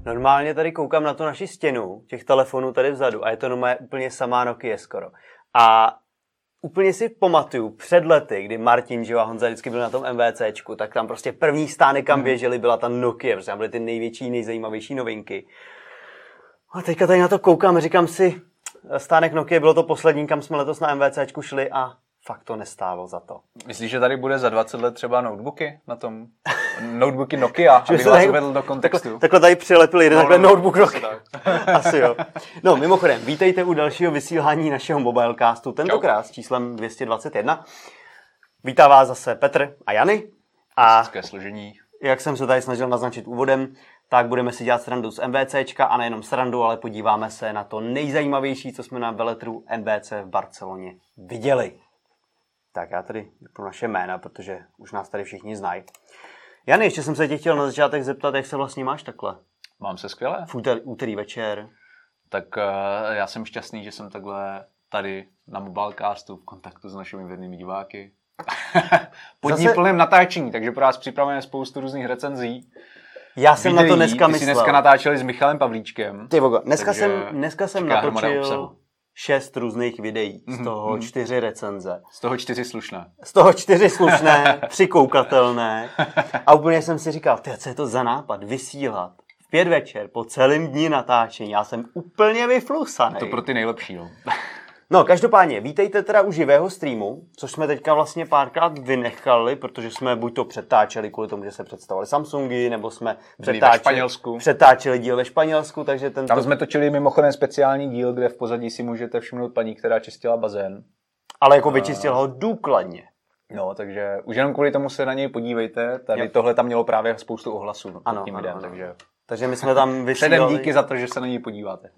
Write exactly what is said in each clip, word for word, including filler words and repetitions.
Normálně tady koukám na tu naši stěnu těch telefonů tady vzadu a je to normálně úplně samá Nokia skoro. A úplně si pamatuju před lety, kdy Martin, že a Honza vždycky byl na tom MVCčku, tak tam prostě první stánek, kam běželi, byla ta Nokia, protože tam byly ty největší, nejzajímavější novinky. A teďka tady na to koukám a říkám si, stánek Nokia bylo to poslední, kam jsme letos na MVCčku šli a fakt to nestálo za to. Myslíš, že tady bude za dvacet let třeba notebooky na tom? Notebooky Nokia, abych vás uvedl do kontextu. Takhle, takhle tady přilepili jeden no, takhle no, notebook Nokia. Asi jo. No, mimochodem, vítejte u dalšího vysílání našeho Mobilecastu, tentokrát s číslem dvě stě dvacet jedna. Vítá vás zase Petr a Jany. A složení. Jak jsem se tady snažil naznačit úvodem, tak budeme si dělat srandu z MVCčka a nejenom srandu, ale podíváme se na to nejzajímavější, co jsme na veletru M V C v Barceloně viděli. Tak já tady pro naše jména, protože už nás tady všichni znají. Jany, ještě jsem se tě chtěl na začátek zeptat, jak se vlastně máš takhle? Mám se skvěle. V úterý, úterý večer. Tak uh, já jsem šťastný, že jsem takhle tady na Mobilecastu v kontaktu s našimi věrnými diváky. Pod ní Zase... plném natáčení, takže pro vás připravujeme spoustu různých recenzí. Já jsem videí, na to dneska myslel. Ty jsi dneska natáčeli s Michalem Pavlíčkem. Ty vogo, dneska jsem, dneska jsem natočil šest různých videí, z toho mm-hmm. čtyři recenze. Z toho čtyři slušné. Z toho čtyři slušné, tři koukatelné. A úplně jsem si říkal, tyjo, co je to za nápad, vysílat v pět večer po celém dní natáčení. Já jsem úplně vyflusanej. To pro ty nejlepší, no. No, každopádně, vítejte teda u živého streamu, což jsme teďka vlastně párkrát vynechali, protože jsme buď to přetáčeli kvůli tomu, že se představovali Samsungy, nebo jsme přetáčeli, přetáčeli díl ve Španělsku, takže tento... Tam jsme točili mimochodem speciální díl, kde v pozadí si můžete všimnout paní, která čistila bazén. Ale jako vyčistila ho důkladně. No, takže už jenom kvůli tomu se na něj podívejte, tady jo. Tohle tam mělo právě spoustu ohlasů no, ano, tím videem, ano, takže... takže my jsme tam vysílali... Předem díky za to, že se na něj podíváte.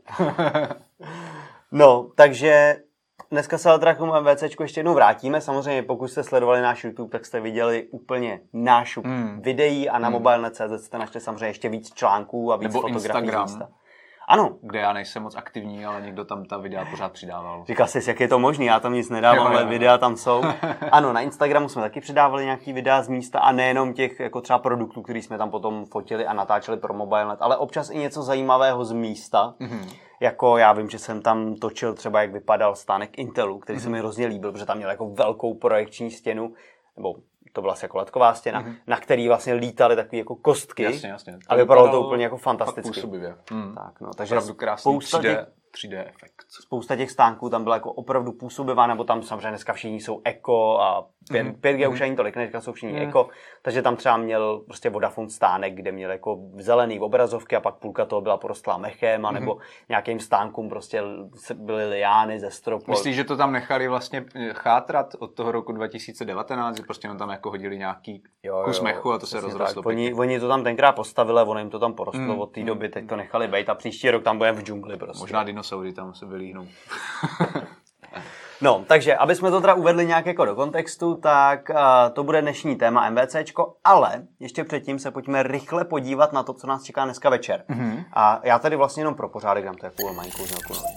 No, takže dneska se ale teda k tomu MVCčku ještě jednou vrátíme. Samozřejmě, pokud jste sledovali náš YouTube, tak jste viděli úplně nášup mm. videí a na mm. mobile tečka cé zet jste našli samozřejmě ještě víc článků a víc nebo fotografií. Instagram. Ano. Kde já nejsem moc aktivní, ale někdo tam ta videa pořád přidával. Říkal jsi, jak je to možný, já tam nic nedávám, ale videa tam jsou. Ano, na Instagramu jsme taky přidávali nějaký videa z místa a nejenom těch jako třeba produktů, který jsme tam potom fotili a natáčeli pro MobileNet, ale občas i něco zajímavého z místa. Mm-hmm. Jako já vím, že jsem tam točil třeba, jak vypadal stánek Intelu, který mm-hmm. se mi hrozně líbil, protože tam měl jako velkou projekční stěnu, nebo to byla asi jako letková stěna, mm-hmm. na který vlastně lítaly takové jako kostky. Jasně, jasně. A vypadalo to úplně jako fantasticky. Mm. Tak, no, takže opravdu krásný spousta tři dé, těch, tři dé efekt. Spousta těch stánků tam byla jako opravdu působivá, nebo tam samozřejmě dneska všichni jsou Eko a pět, pět G mm. už ani tolik, dneska jsou všichni mm. Eko, takže tam třeba měl prostě Vodafone stánek, kde měl jako zelený obrazovky a pak půlka toho byla porostlá mechem, anebo mm. nějakým stánkům prostě byly liány ze stropu. Myslíš, že to tam nechali vlastně chátrat od toho roku dva tisíce devatenáct, že prostě tam jako hodili nějaký jo, kus jo, mechu a to se rozrostlo. Oni, oni to tam tenkrát postavili a ono jim to tam porostlo mm. od té doby, teď to nechali bejt a příští rok tam budeme v džungli prostě. Možná dinosaury tam se vylíhnou. No, takže, aby jsme to teda uvedli nějak jako do kontextu, tak uh, to bude dnešní téma MVCčko, ale ještě předtím se pojďme rychle podívat na to, co nás čeká dneska večer. Mm-hmm. A já tady vlastně jenom pro pořádek dám takovou malinkou znělku novinek.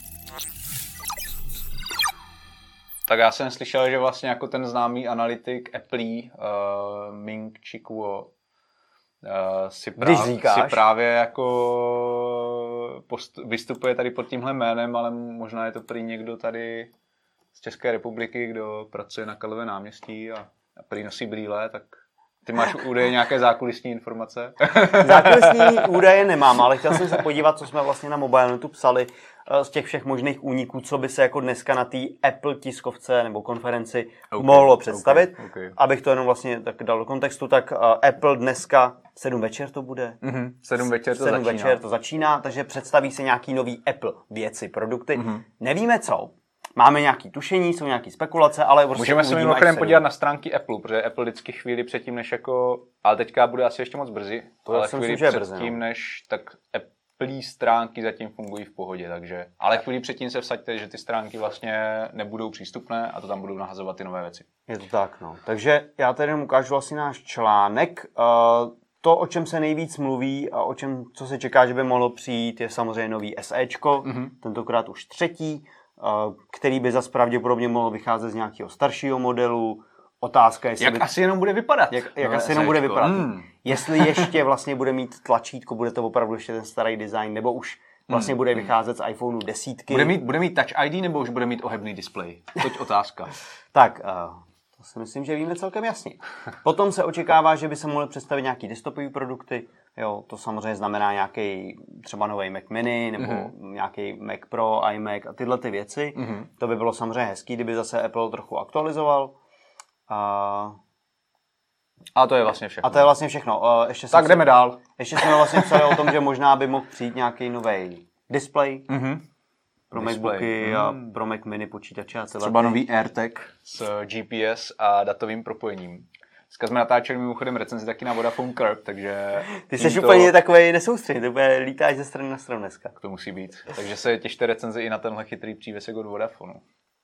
Tak já jsem slyšel, že vlastně jako ten známý analytik Apple, uh, Ming-Chi Kuo, uh, si, práv, si právě jako post, vystupuje tady pod tímhle jménem, ale možná je to prý někdo tady z České republiky, kdo pracuje na Karlově náměstí a, a prý nosí brýle, tak ty máš údaje nějaké zákulisní informace? Zákulisní údaje nemám, ale chtěl jsem se podívat, co jsme vlastně na MobileNetu psali z těch všech možných úniků, co by se jako dneska na té Apple tiskovce nebo konferenci okay, mohlo představit. Okay, okay. Abych to jenom vlastně tak dal do kontextu, tak uh, Apple dneska sedm večer to bude. Mm-hmm, sedm večer to sedm začíná. večer to začíná, takže představí se nějaký nový Apple věci, produkty. Mm-hmm. Nevíme co. Máme nějaké tušení, jsou nějaké spekulace, ale prostě můžeme se mimochodem podívat na stránky Apple, protože Apple vždycky chvíli předtím, než jako, ale teďka bude asi ještě moc brzy, to ale chvíli myslím, no. předtím, než tak Apple stránky zatím fungují v pohodě, takže, ale chvíli předtím se vsaďte, že ty stránky vlastně nebudou přístupné a to tam budou nahazovat ty nové věci. Je to tak, no. Takže já tady ukážu vlastně náš článek. Uh, To, o čem se nejvíc mluví a o čem, co se čeká, že by mohlo přijít, je samozřejmě nový SEčko, mm-hmm. tentokrát už třetí, který by zas pravděpodobně mohl vycházet z nějakého staršího modelu. Otázka je, jak by... asi jenom bude vypadat. Jak, jak asi jenom bude vypadat. Mm. Jestli ještě vlastně bude mít tlačítko, bude to opravdu ještě ten starý design, nebo už vlastně hmm. bude vycházet z iPhoneu desítky. Bude mít, bude mít Touch I D, nebo už bude mít ohebný displej? Toť otázka. Tak, uh, to si myslím, že víme celkem jasně. Potom se očekává, že by se mohly představit nějaký desktopové produkty. Jo, to samozřejmě znamená nějaký třeba nový Mac Mini, nebo mm-hmm. nějaký Mac Pro, iMac a tyhle ty věci. Mm-hmm. To by bylo samozřejmě hezký, kdyby zase Apple trochu aktualizoval. Uh, A to je vlastně všechno. A to je vlastně všechno. Uh, ještě tak jdeme si, dál. Ještě jsme vlastně psali o tom, že možná by mohl přijít nějaký nový display mm-hmm. pro display. MacBooky mm. a pro Mac Mini počítače a celé. Třeba nový AirTag s G P S a datovým propojením. Dneska jsme natáčeli mimochodem recenzi taky na Vodafone Curve, takže... Ty jsi to... úplně takový nesoustředěný, to bude lítáš ze strany na stranu dneska. To musí být. Takže se těšte recenzi i na tenhle chytrý přívesek od Vodafonu.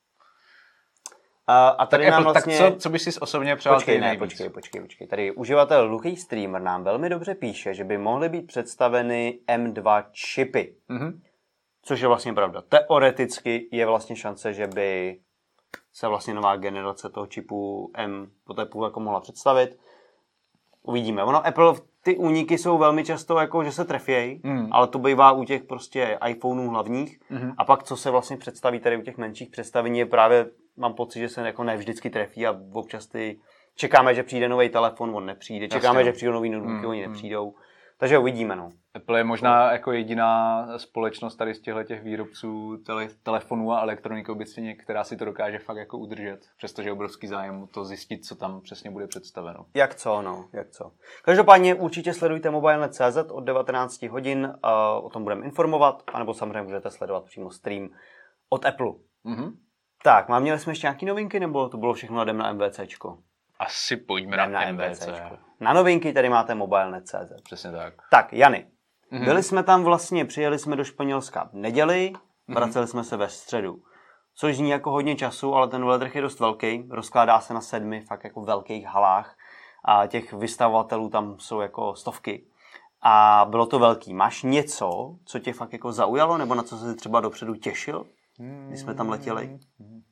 A, a tady tak nám Apple, vlastně... Tak co, co bys si osobně přál? Počkej, ne, počkej, počkej, počkej. Tady uživatel Luchý Streamer nám velmi dobře píše, že by mohly být představeny M dva čipy. Mm-hmm. Což je vlastně pravda. Teoreticky je vlastně šance, že by se vlastně nová generace toho čipu M po té půl jako mohla představit. Uvidíme. Ono, Apple, ty úniky jsou velmi často jako, že se trefějí, mm. ale to bývá u těch prostě iPhoneů hlavních. Mm-hmm. A pak, co se vlastně představí tady u těch menších představení, je právě, mám pocit, že se jako ne vždycky trefí a občas ty čekáme, že přijde nový telefon, on nepřijde. Čekáme, Jasně. že přijdou nový notebooky, mm. oni nepřijdou. Takže uvidíme, no. Apple je možná jako jediná společnost tady z těchto těch výrobců tele, telefonů a elektroniky obecně, která si to dokáže fakt jako udržet, přestože je obrovský zájem to zjistit, co tam přesně bude představeno. Jak co, no, jak co. Každopádně určitě sledujte mobile tečka cé zet od devatenáct hodin, uh, o tom budeme informovat, anebo samozřejmě můžete sledovat přímo stream od Apple. Mm-hmm. Tak, mám měli jsme ještě nějaký novinky, nebo to bylo všechno jdem na MVCčko? Asi pojďme na, na M V C. Na novinky tady máte mobile tečka cé zet. Přesně tak. Tak, Jany. Mm-hmm. Byli jsme tam vlastně, přijeli jsme do Španělska v neděli, mm-hmm. vraceli jsme se ve středu. Což zní jako hodně času, ale ten veletrh je dost velký. Rozkládá se na sedmi fakt jako velkých halách. A těch vystavovatelů tam jsou jako stovky. A bylo to velký. Máš něco, co tě fakt jako zaujalo, nebo na co jsi třeba dopředu těšil, když jsme tam letěli?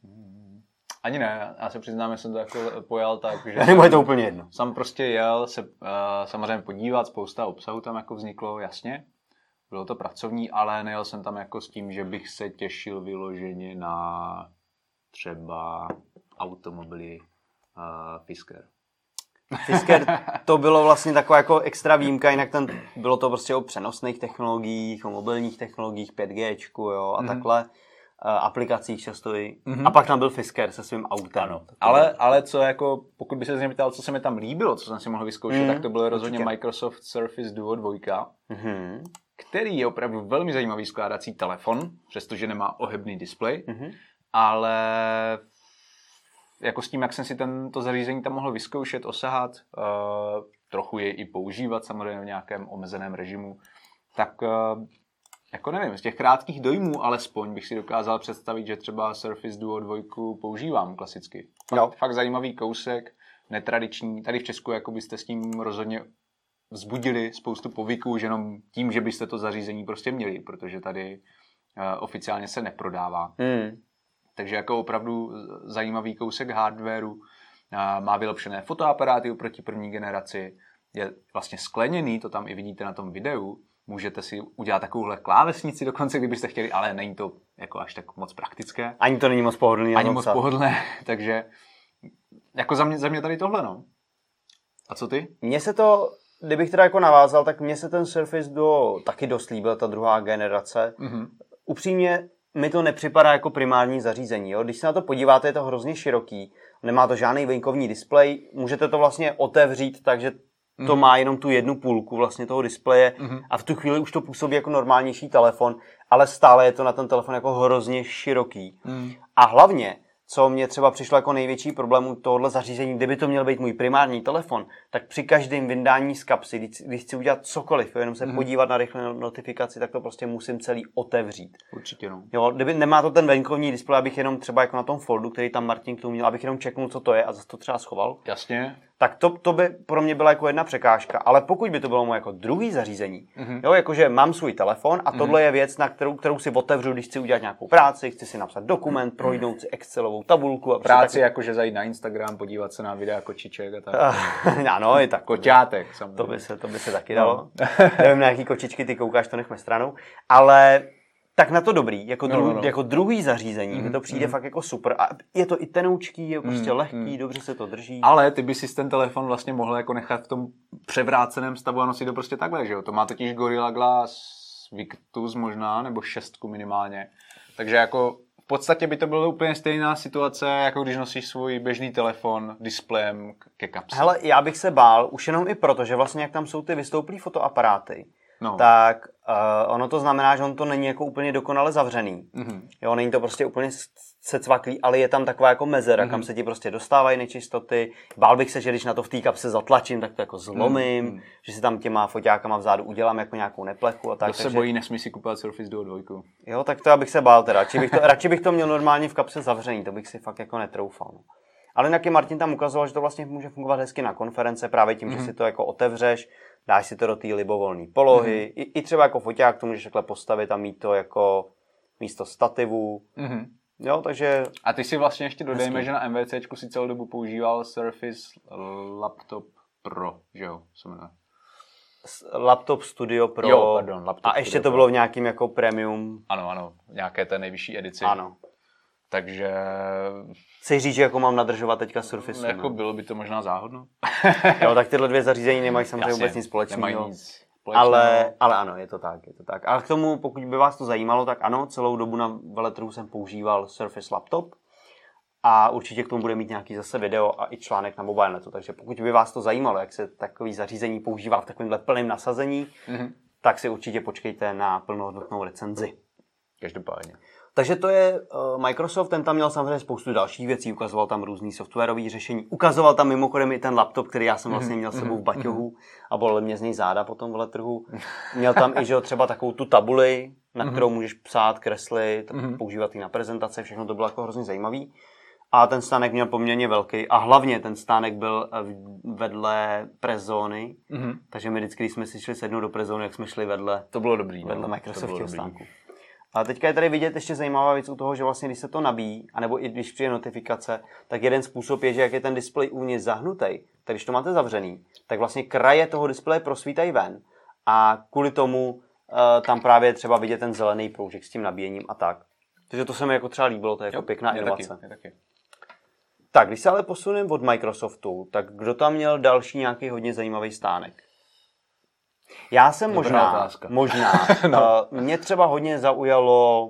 Ani ne, já se přiznám, že jsem to jako pojal tak, že... Nebo je to úplně jedno. Jsem prostě jel se uh, samozřejmě podívat, spousta obsahu tam jako vzniklo, jasně. Bylo to pracovní, ale nejel jsem tam jako s tím, že bych se těšil vyloženě na třeba automobily uh, Fisker. Fisker, to bylo vlastně taková jako extra výjimka, jinak ten, bylo to prostě o přenosných technologiích, o mobilních technologiích, pět G, jo, a mm-hmm. takhle. aplikacích často i. Mm-hmm. A pak tam byl Fisker se svým autem. Ano. Ale, ale co jako, pokud by se mě ptal, co se mi tam líbilo, co jsem si mohl vyzkoušet, mm, tak to byl rozhodně určitě. Microsoft Surface Duo dva, mm-hmm. který je opravdu velmi zajímavý skládací telefon, přestože nemá ohebný displej, mm-hmm. ale jako s tím, jak jsem si tento zařízení tam mohl vyzkoušet, osahat, uh, trochu je i používat samozřejmě v nějakém omezeném režimu, tak uh, jako nevím, z těch krátkých dojmů alespoň bych si dokázal představit, že třeba Surface Duo dva používám klasicky. Fakt, no. fakt zajímavý kousek, netradiční. Tady v Česku jako byste s tím rozhodně vzbudili spoustu povyků, že jenom tím, že byste to zařízení prostě měli, protože tady uh, oficiálně se neprodává. Mm. Takže jako opravdu zajímavý kousek hardwareu, uh, má vylepšené fotoaparáty oproti první generaci, je vlastně skleněný, to tam i vidíte na tom videu. Můžete si udělat takovouhle klávesnici dokonce, kdybyste chtěli, ale není to jako až tak moc praktické. Ani to není moc pohodlné. Ani moc pohodlné, takže jako za mě, za mě tady tohle, no. A co ty? Mně se to, kdybych teda jako navázal, tak mně se ten Surface Duo taky dost líbil, ta druhá generace. Mm-hmm. Upřímně mi to nepřipadá jako primární zařízení, jo. Když se na to podíváte, je to hrozně široký, nemá to žádný venkovní displej, můžete to vlastně otevřít, takže to mm. má jenom tu jednu půlku vlastně toho displeje mm. a v tu chvíli už to působí jako normálnější telefon, ale stále je to na ten telefon jako hrozně široký. Mm. A hlavně, co mě třeba přišlo jako největší problém u tohohle zařízení, kdyby to měl být můj primární telefon, tak při každém vyndání z kapsy, když, když chci udělat cokoliv, jenom se mm. podívat na rychlou notifikaci, tak to prostě musím celý otevřít. Určitě no. Jo, kdyby nemá to ten venkovní displej, abych jenom třeba jako na tom foldu, který tam Martin k tomu měl, abych jenom čeknul, co to je a zase to třeba schoval. Jasně. tak to, to by pro mě byla jako jedna překážka. Ale pokud by to bylo moje jako druhý zařízení, mm-hmm. jo, jakože mám svůj telefon a tohle mm-hmm. je věc, na kterou, kterou si otevřu, když chci udělat nějakou práci, chci si napsat dokument, mm-hmm. projdnout si Excelovou tabulku. A práci taky... jakože zajít na Instagram, podívat se na videa kočiček a tak. Ano, i tak. Koťátek samozřejmě. To by se, to by se taky dalo. No. Nevím, na jaký kočičky ty koukáš, to nechme stranou. Ale... Tak na to dobrý, jako, dru, no, no, no. jako druhý zařízení, mm, mi to přijde mm. fakt jako super. A je to i tenoučký, je prostě mm, lehký, mm. dobře se to drží. Ale ty by si ten telefon vlastně mohl jako nechat v tom převráceném stavu a nosit to prostě takhle, že jo? To má totiž Gorilla Glass Victus možná, nebo šestku minimálně. Takže jako v podstatě by to byla úplně stejná situace, jako když nosíš svůj běžný telefon displejem ke kapse. Hele, já bych se bál, už jenom i proto, že vlastně jak tam jsou ty vystouplý fotoaparáty, no. tak uh, ono to znamená, že on to není jako úplně dokonale zavřený. Mm-hmm. Jo, není to prostě úplně secvaklý, ale je tam taková jako mezera, mm-hmm. kam se ti prostě dostávají nečistoty. Bál bych se, že když na to v té kapse zatlačím, tak to jako zlomím, mm-hmm. že si tam těma foťákama vzadu udělám jako nějakou neplechu a tak. To se takže... bojí, nesmí si kupovat Surface Duo dva. Jo, tak to já bych se bál teda. Radši bych to, radši bych to měl normálně v kapse zavřený, to bych si fakt jako netroufal. No. Ale jinak Martin tam ukazoval, že to vlastně může fungovat hezky na konference právě tím, mm-hmm. že si to jako otevřeš, dáš si to do té libovolné polohy. Mm-hmm. I, I třeba jako foťák to můžeš takhle postavit a mít to jako místo stativu. Mm-hmm. Jo, takže... A ty si vlastně ještě dodejme, hezky. Že na MVCčku si celou dobu používal Surface Laptop Pro, že jo? Se jmenuje. Laptop Studio Pro. Jo, pardon, Laptop a ještě Studio to Pro. bylo v nějakým jako premium. Ano, ano, nějaké té nejvyšší edici. Ano. Takže... Chceš říct, že jako mám nadržovat teďka Surface? Jako bylo by to možná záhodno. Jo, tak tyhle dvě zařízení nemají samozřejmě vůbec nic společného. Nemají nic společného. Ale, ale ano, je to tak, je to tak. A k tomu, pokud by vás to zajímalo, tak ano, celou dobu na veletrhu jsem používal Surface Laptop a určitě k tomu bude mít nějaký zase video a i článek na Mobilenetu. Takže pokud by vás to zajímalo, jak se takový zařízení používá v takovémhle plném nasazení, mm-hmm. tak si určitě počkejte na plnohodnotnou recenzi. Každopádně. Takže to je uh, Microsoft, ten tam měl samozřejmě spoustu dalších věcí, ukazoval tam různý softwarové řešení, ukazoval tam mimochodem i ten laptop, který já jsem vlastně měl s sebou v baťohu a bolely mě z něj záda po tom veletrhu. Měl tam i, že jo, třeba takovou tu tabuli, na kterou můžeš psát, kreslit, používat ji na prezentace, všechno to bylo jako hrozně zajímavý. A ten stánek měl poměrně velký a hlavně ten stánek byl vedle prezóny, mm-hmm. takže my vždycky, když jsme si šli sednout do prezóny, jak jsme šli vedle, to bylo dobrý, vedle Microsoftského stánku. A teďka je tady vidět ještě zajímavá věc u toho, že vlastně když se to nabíjí, anebo i když přijde notifikace, tak jeden způsob je, že jak je ten displej uvnitř zahnutý, tak když to máte zavřený, tak vlastně kraje toho displeje prosvítají ven a kvůli tomu uh, tam právě třeba vidět ten zelený proužek s tím nabíjením a tak. Takže to se mi jako třeba líbilo, to je jako jo, pěkná je inovace. Taky, je taky. Tak, když se ale posuneme od Microsoftu, tak kdo tam měl další nějaký hodně zajímavý stánek? Já jsem Dobrá možná, otázka. možná, no. uh, mě třeba hodně zaujalo,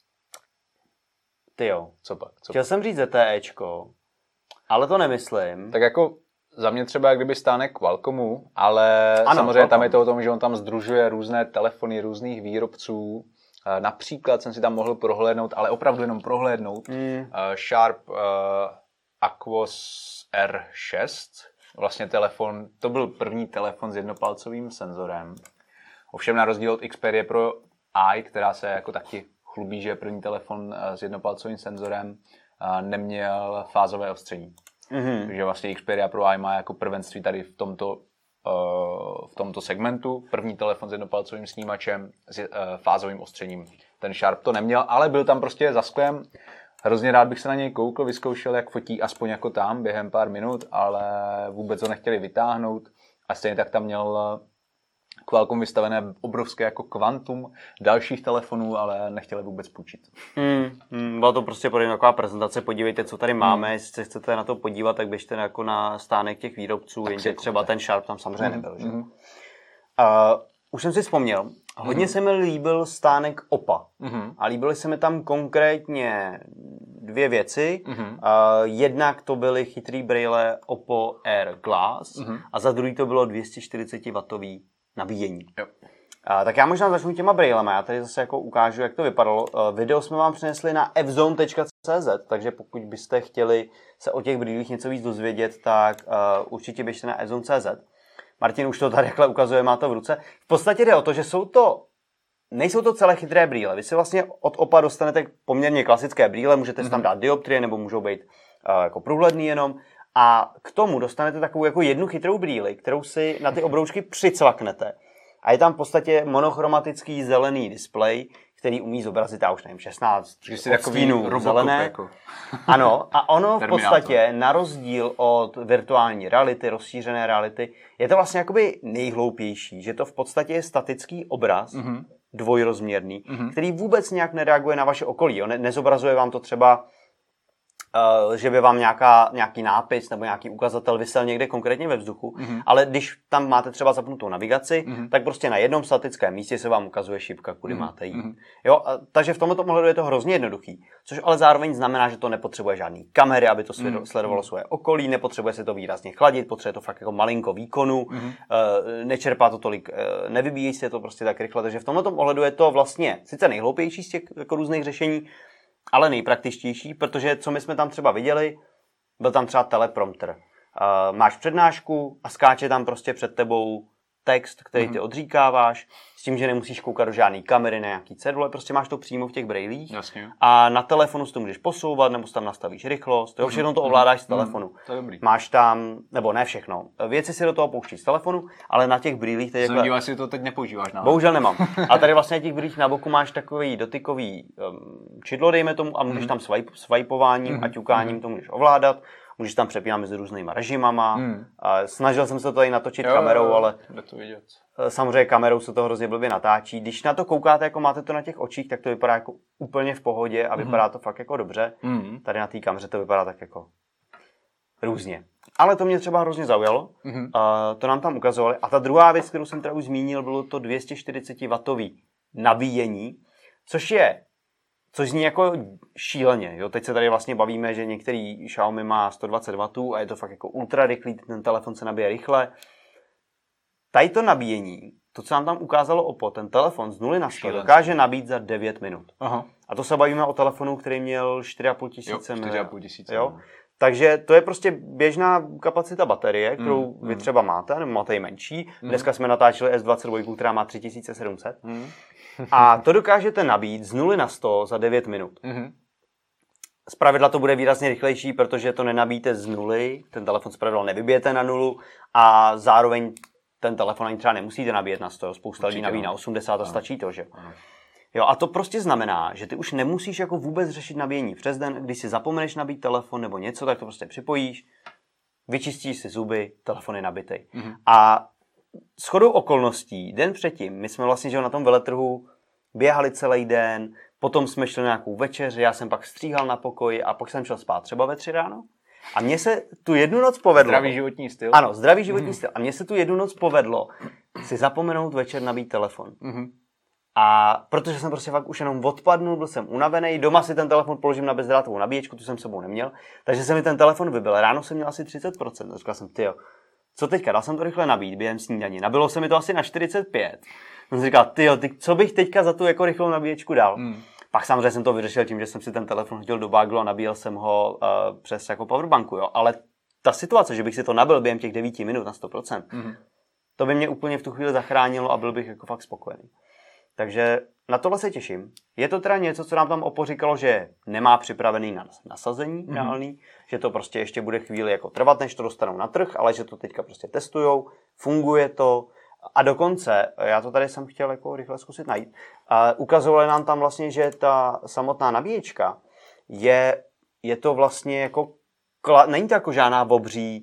tyjo, co pak? Co chtěl pak? jsem říct ZTEčko, ale to nemyslím. Tak jako za mě třeba kdyby stánek Qualcommu, ale ano, samozřejmě Qualcomm. Tam je to o tom, že on tam sdružuje různé telefony různých výrobců. Například jsem si tam mohl prohlédnout, ale opravdu jenom prohlédnout, mm. uh, Sharp uh, Aquos R šest, vlastně telefon, to byl první telefon s jednopalcovým senzorem. Ovšem na rozdíl od Xperia Pro I, která se jako taky chlubí, že je první telefon s jednopalcovým senzorem, neměl fázové ostření. Mm-hmm. Takže vlastně Xperia Pro I má jako prvenství tady v tomto, v tomto segmentu. První telefon s jednopalcovým snímačem s fázovým ostřením. Ten Sharp to neměl, ale byl tam prostě za sklem. Hrozně rád bych se na něj koukl, vyzkoušel, jak fotí, aspoň jako tam, během pár minut, ale vůbec ho nechtěli vytáhnout. A stejně tak tam měl Qualcomm vystavené obrovské jako kvantum dalších telefonů, ale nechtěli vůbec půjčit. Mm, mm, byla to prostě podle taková prezentace, podívejte, co tady máme, mm. jestli se chcete na to podívat, tak běžte jako na stánek těch výrobců, jenže třeba ten Sharp tam samozřejmě mm. nebyl. Že? Mm. Uh, už jsem si vzpomněl, hodně mm. se mi líbil stánek Oppa mm. a líbily se mi tam konkrétně dvě věci. Mm. Uh, jednak to byly chytrý brýle Oppo Air Glass mm. a za druhý to bylo dvě stě čtyřicet wattové nabíjení. Jo. Uh, tak já možná začnu těma brýlema, já tady zase jako ukážu, jak to vypadalo. Uh, video jsme vám přinesli na f zone tečka c z, takže pokud byste chtěli se o těch brýlích něco víc dozvědět, tak uh, určitě běžte na f zone tečka c z. Martin už to tady takhle ukazuje, má to v ruce. V podstatě jde o to, že jsou to, nejsou to celé chytré brýle. Vy si vlastně od Oppa dostanete poměrně klasické brýle, můžete si tam dát dioptrie, nebo můžou být uh, jako průhledný jenom. A k tomu dostanete takovou jako jednu chytrou brýli, kterou si na ty obroučky přicvaknete. A je tam v podstatě monochromatický zelený displej, který umí zobrazit, já už nevím, šestnáct odstínů zelené. Jako. Ano, a ono v podstatě na rozdíl od virtuální reality, rozšířené reality, je to vlastně jakoby nejhloupější, že to v podstatě je statický obraz, mm-hmm. dvojrozměrný, mm-hmm. který vůbec nějak nereaguje na vaše okolí. On ne- nezobrazuje vám to třeba, uh, že by vám nějaká, nějaký nápis nebo nějaký ukazatel visel někde konkrétně ve vzduchu, mm-hmm. ale když tam máte třeba zapnutou navigaci, mm-hmm. tak prostě na jednom statickém místě se vám ukazuje šipka, kudy mm-hmm. máte jít. Mm-hmm. Jo, a, takže v tomto ohledu je to hrozně jednoduchý, což ale zároveň znamená, že to nepotřebuje žádný kamery, aby to mm-hmm. sledovalo svoje okolí, nepotřebuje se to výrazně chladit, potřebuje to fakt jako malinko výkonu, mm-hmm. uh, nečerpá to tolik, uh, nevybíjí se to prostě tak rychle, takže v tomto ohledu je to vlastně sice nejhloupější z těch jako různých řešení, ale nejpraktičtější, protože co my jsme tam třeba viděli, byl tam třeba teleprompter. Uh, máš přednášku a skáče tam prostě před tebou text, který ty odříkáváš, s tím, že nemusíš koukat do žádný kamery, na nějaký cedule, prostě máš to přímo v těch brejlích. Jasně. A na telefonu si to můžeš posouvat, nebo si tam nastavíš rychlost, jo, všechno to ovládáš z telefonu. To je dobrý. Máš tam, nebo ne všechno, věci si do toho pouští z telefonu, ale na těch brýlích... Jsem takhle... díval, si to teď nepoužíváš. Na... Bohužel nemám. A tady vlastně na těch brýlích na boku máš takový dotykový um, čidlo, dejme tomu, a můžeš mm. tam swipe, swipováním mm. a ťukáním mm. to můžeš ovládat. Můžeš tam přepínat mezi různýma režimama. Hmm. Snažil jsem se to tady natočit jo, kamerou, jo, ale to vidět. Samozřejmě kamerou se to hrozně blbě natáčí. Když na to koukáte, jako máte to na těch očích, tak to vypadá jako úplně v pohodě a hmm. vypadá to fakt jako dobře. Hmm. Tady na té kameře to vypadá tak jako různě. Ale to mě třeba hrozně zaujalo. Hmm. Uh, to nám tam ukazovali. A ta druhá věc, kterou jsem teda už zmínil, bylo to dvě stě čtyřicet wattové nabíjení, což je Což zní jako šíleně. Jo? Teď se tady vlastně bavíme, že některý Xiaomi má sto dvacet wattů a je to fakt jako ultra rychlý, ten telefon se nabíje rychle. Tady to nabíjení, to, co nám tam ukázalo Oppo, ten telefon z nuly na sto dokáže nabít za devět minut. Aha. A to se bavíme o telefonu, který měl čtyři a půl tisíce. Jo, čtyři a půl tisíce. Jo? Takže to je prostě běžná kapacita baterie, kterou mm, vy mm. třeba máte, nebo máte i menší. Mm. Dneska jsme natáčeli S dvacet dva, která má tři tisíce sedm set. Mm. A to dokážete nabít z nuly na sto za devět minut. Mm. Zpravidla to bude výrazně rychlejší, protože to nenabíjíte z nuly, ten telefon zpravidla nevybijete na nulu a zároveň ten telefon ani třeba nemusíte nabíjet na sto. Spousta lidí nabíjí na osmdesát a stačí to, že ano. Jo, a to prostě znamená, že ty už nemusíš jako vůbec řešit nabíjení přes den, když si zapomeneš nabít telefon nebo něco, tak to prostě připojíš, vyčistíš si zuby, telefon je nabitej. Mm-hmm. A shodou okolností, den předtím, my jsme vlastně že na tom veletrhu běhali celý den, potom jsme šli na nějakou večeři, já jsem pak stříhal na pokoji a pak jsem šel spát třeba ve tři ráno. A mně se tu jednu noc povedlo... Zdravý životní styl. Ano, zdravý životní mm-hmm. styl. A mně se tu jednu noc povedlo si zapomenout večer nabít telefon. Mm-hmm. A protože jsem prostě fakt už jenom odpadnul, byl jsem unavený, doma si ten telefon položím na bezdrátovou nabíječku, tu jsem sebou neměl, takže se mi ten telefon vybil. Ráno jsem měl asi třicet procent. Říkal jsem, tyjo, co teďka, dal jsem to rychle nabít během snídaní. Nabilo se mi to asi na čtyřicet pět. Jsem si říkal, tyjo, ty, co bych teďka za tu jako rychlou nabíječku dal? Hmm. Pak samozřejmě jsem to vyřešil tím, že jsem si ten telefon hodil do baglu a nabíjel jsem ho uh, přes jako powerbanku, jo. Ale ta situace, že bych si to nabil během těch devíti minut na sto procent, hmm. to by mě úplně v tu chvíli zachránilo a byl bych jako fakt spokojený. Takže na tohle se těším. Je to teda něco, co nám tam Oppo říkalo, že nemá připravený na nasazení mm-hmm. reálný, že to prostě ještě bude chvíli jako trvat, než to dostanou na trh, ale že to teďka prostě testujou, funguje to a dokonce, já to tady jsem chtěl jako rychle zkusit najít, a ukazovali nám tam vlastně, že ta samotná nabíječka je, je to vlastně jako, není to jako žádná obří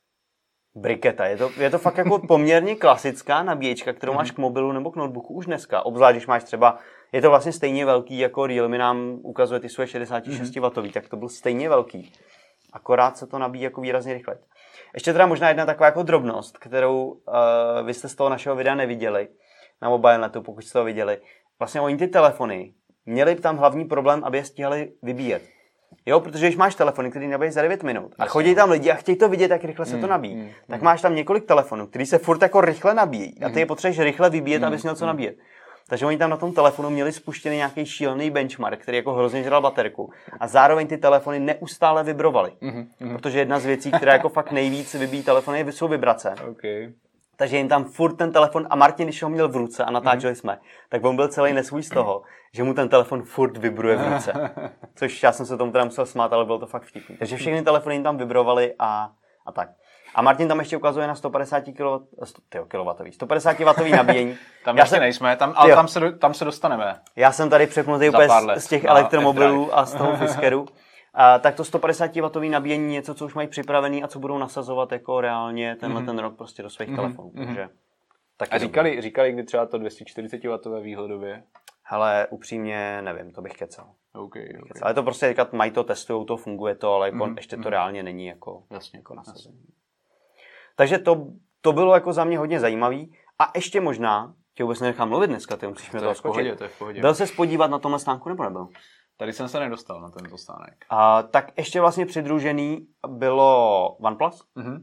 briketa. Je to, je to fakt jako poměrně klasická nabíječka, kterou máš k mobilu nebo k notebooku už dneska. Obzvlášť, když máš třeba, je to vlastně stejně velký, jako Realme nám ukazuje ty svoje šedesát šest wattové, tak to byl stejně velký. Akorát se to nabíjí jako výrazně rychle. Ještě teda možná jedna taková jako drobnost, kterou uh, vy jste z toho našeho videa neviděli na Mobilenetu, pokud jste to viděli. Vlastně oni ty telefony měli tam hlavní problém, aby je stíhali vybíjet. Jo, protože když máš telefony, který nabíjí za devět minut a chodí tam lidi a chtějí to vidět, jak rychle se to nabíjí, mm, mm, tak máš tam několik telefonů, který se furt jako rychle nabíjí a ty je potřebuješ rychle vybíjet, mm, abys měl co nabíjet. Takže oni tam na tom telefonu měli spuštěný nějaký šílený benchmark, který jako hrozně žral baterku a zároveň ty telefony neustále vibrovaly. Mm, mm. Protože jedna z věcí, která jako fakt nejvíc vybíjí telefony, jsou vibrace. Okay. Takže jim tam furt ten telefon, a Martin, když ho měl v ruce a natáčeli mm-hmm. jsme, tak on byl celý nesvůj z toho, že mu ten telefon furt vibruje v ruce. Což já jsem se tomu teda musel smát, ale bylo to fakt vtipný. Takže všechny telefony jim tam vibrovaly a, a tak. A Martin tam ještě ukazuje na sto padesát kilowattů, sto padesát wattů nabíjení. Tam já ještě jsem, nejsme, tam, ale tam se, do, tam se dostaneme. Já jsem tady přepnutý úplně z, z těch no, elektromobilů a z toho Fiskeru. A tak to sto padesát wattů nabíjení něco, co už mají připravený a co budou nasazovat jako reálně tenhle mm-hmm. ten rok prostě do svých mm-hmm. telefonů. Takže, a říkali, říkali, kdy třeba to dvě stě čtyřicet wattů výhledově? Hele, upřímně nevím, to bych kecal. Okay, okay. Kecal. Ale to prostě říkat, mají to, testujou to, funguje to, ale jako mm-hmm. ještě to reálně není jako, jasně, jako nasazení. Jasně. Takže to, to bylo jako za mě hodně zajímavý. A ještě možná, tě vůbec nenechám mluvit dneska, ty musíš mě to skočit. Byl ses podívat na tomhle stánku nebo nebyl? Tady jsem se nedostal na tento stánek. A, tak ještě vlastně přidružený bylo OnePlus. Mm-hmm.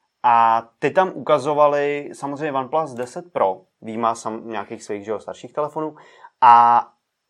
A ty tam ukazovali samozřejmě OnePlus deset Pro, výjima sam nějakých svých že, starších telefonů. A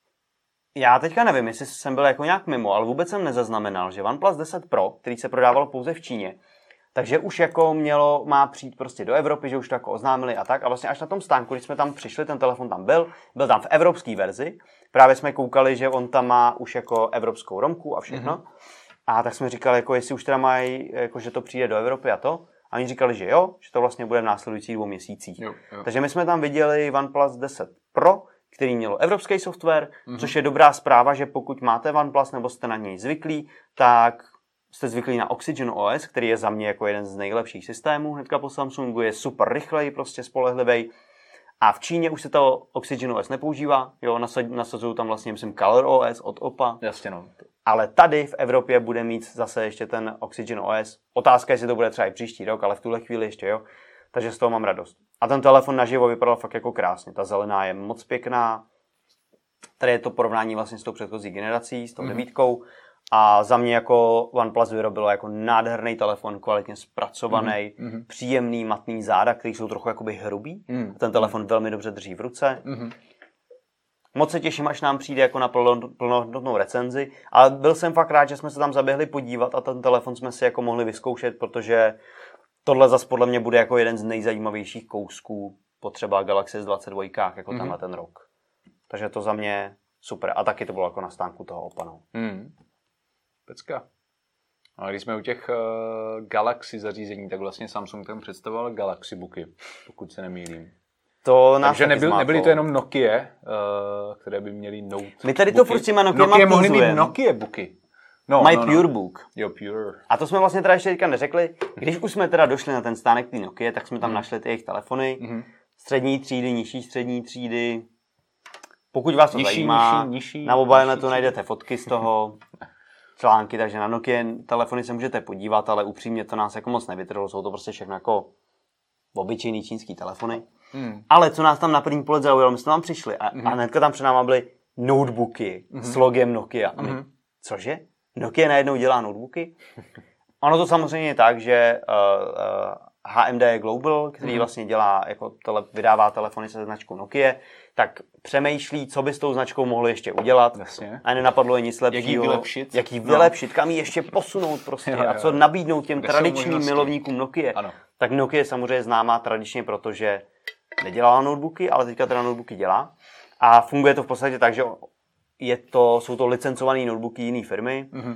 já teďka nevím, jestli jsem byl jako nějak mimo, ale vůbec jsem nezaznamenal, že OnePlus deset Pro, který se prodával pouze v Číně, takže už jako mělo, má přijít prostě do Evropy, že už to jako oznámili a tak. A vlastně až na tom stánku, když jsme tam přišli, ten telefon tam byl, byl tam v evropské verzi. Právě jsme koukali, že on tam má už jako evropskou romku a všechno. Mm-hmm. A tak jsme říkali, jako jestli už teda mají, jako že to přijde do Evropy a to. A oni říkali, že jo, že to vlastně bude v následujících dvou měsících. Jo, jo. Takže my jsme tam viděli OnePlus deset Pro, který mělo evropský software, mm-hmm. což je dobrá zpráva, že pokud máte OnePlus nebo jste na něj zvyklí, tak jste zvyklí na Oxygen O S, který je za mě jako jeden z nejlepších systémů hnedka po Samsungu, je super rychlej, prostě spolehlivý. A v Číně už se to Oxygen O S nepoužívá, jo, nasazují tam vlastně, myslím, Color O S od Oppa. Jasně, no. Ale tady v Evropě bude mít zase ještě ten Oxygen O S. Otázka je, jestli to bude třeba i příští rok, ale v tuhle chvíli ještě, jo. Takže z toho mám radost. A ten telefon naživo vypadal fakt jako krásně. Ta zelená je moc pěkná. Tady je to porovnání vlastně s tou předchozí generací, s tou devítkou. Mm-hmm. A za mě jako OnePlus vyrobilo jako nádherný telefon, kvalitně zpracovaný, mm-hmm. příjemný, matný záda, který jsou trochu jakoby hrubý. Mm. Ten telefon velmi dobře drží v ruce. Mm-hmm. Moc se těším, až nám přijde jako na plnohodnotnou recenzi, ale byl jsem fakt rád, že jsme se tam zaběhli podívat a ten telefon jsme si jako mohli vyzkoušet, protože tohle zas podle mě bude jako jeden z nejzajímavějších kousků po třeba Galaxy S dvacet dva jako mm-hmm. tenhle ten rok. Takže to za mě super. A taky to bylo jako na stánku toho Oppa. Mm. Pecka. A když jsme u těch uh, Galaxy zařízení, tak vlastně Samsung tam představoval Galaxy Booky, pokud se nemýlím. To nás Takže nebyl, nebyly to jenom Nokia, uh, které by měly Note My tady to furt s těma Nokia Nokia mohly mít Nokia Booky. No, mají no, no. Pure Book. Jo, Pure. A to jsme vlastně teda ještě teďka neřekli. Když už jsme teda došli na ten stánek té Nokia, tak jsme tam mm. našli ty jejich telefony. Mm. Střední třídy, nižší střední třídy. Pokud vás to nižší, zajímá, nižší, nižší, na mobile to najdete fotky z toho. Články, takže na Nokia telefony se můžete podívat, ale upřímně to nás jako moc nevytrhlo, jsou to prostě všechno jako obyčejný čínský telefony. Hmm. Ale co nás tam na první pohled zaujalo, my jsme tam přišli a, hmm. a hnedka tam před náma byly notebooky hmm. s logem Nokia. A my, hmm. cože? Nokia najednou dělá notebooky? Ono to samozřejmě je tak, že uh, uh, H M D Global, který hmm. vlastně dělá, jako tele, vydává telefony se značkou Nokia, tak přemýšlí, co by s tou značkou mohli ještě udělat. Jasně. A nenapadlo je nic lepšího. Jak ji vylepšit. Jak ji vylepšit, no. Kam ji ještě posunout prostě. Jo, jo. A co nabídnout těm Kde tradičním milovníkům Nokia. Ano. Tak Nokia je samozřejmě známá tradičně, protože nedělala notebooky, ale teďka teda notebooky dělá. A funguje to v podstatě tak, že je to, jsou to licencované notebooky jiné firmy. Mm-hmm.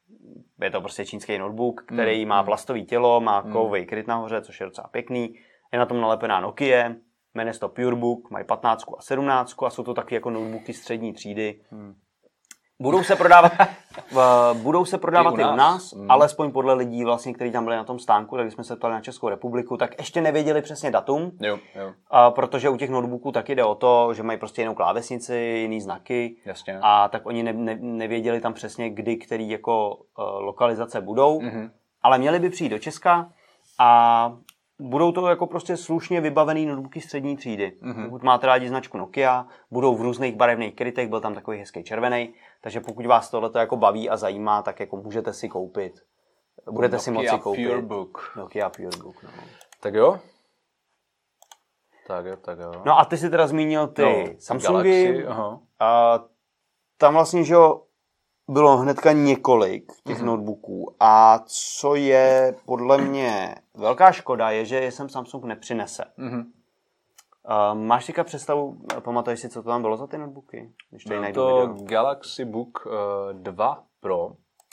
Je to prostě čínský notebook, který mm. má plastový tělo, má mm. kovový kryt nahoře, což je docela pěkný. Je na tom nalepená Nokia, jmenuje se to PureBook, mají patnáct a sedmnáct a jsou to taky jako notebooky střední třídy. Mm. Budou se prodávat, uh, budou se prodávat i u nás, i u nás mm. alespoň podle lidí, vlastně, kteří tam byli na tom stánku, tak když jsme se ptali na Českou republiku, tak ještě nevěděli přesně datum, jo, jo. Uh, protože u těch notebooků taky jde o to, že mají prostě jinou klávesnici, jiný znaky. Jasně. A tak oni ne, ne, nevěděli tam přesně, kdy, který jako uh, lokalizace budou, mm-hmm. ale měli by přijít do Česka a budou to jako prostě slušně vybavený notebooky střední třídy. Mm-hmm. Pokud máte rádi značku Nokia, budou v různých barevných krytech, byl tam takový hezký červený, takže pokud vás tohleto jako baví a zajímá, tak jako můžete si koupit. Budete Nokia si moci koupit. PureBook. Nokia PureBook. No. Tak jo. Tak jo, tak jo. No a ty si teda zmínil ty no, Samsungy. A tam vlastně, že jo, bylo hnedka několik těch mm-hmm. notebooků a co je podle mě velká škoda, je, že je sem Samsung nepřinese. Mm-hmm. Uh, máš teďka představu, pamatuješ si, co to tam bylo za ty notebooky? Když Byl to video. Galaxy Book uh, dva Pro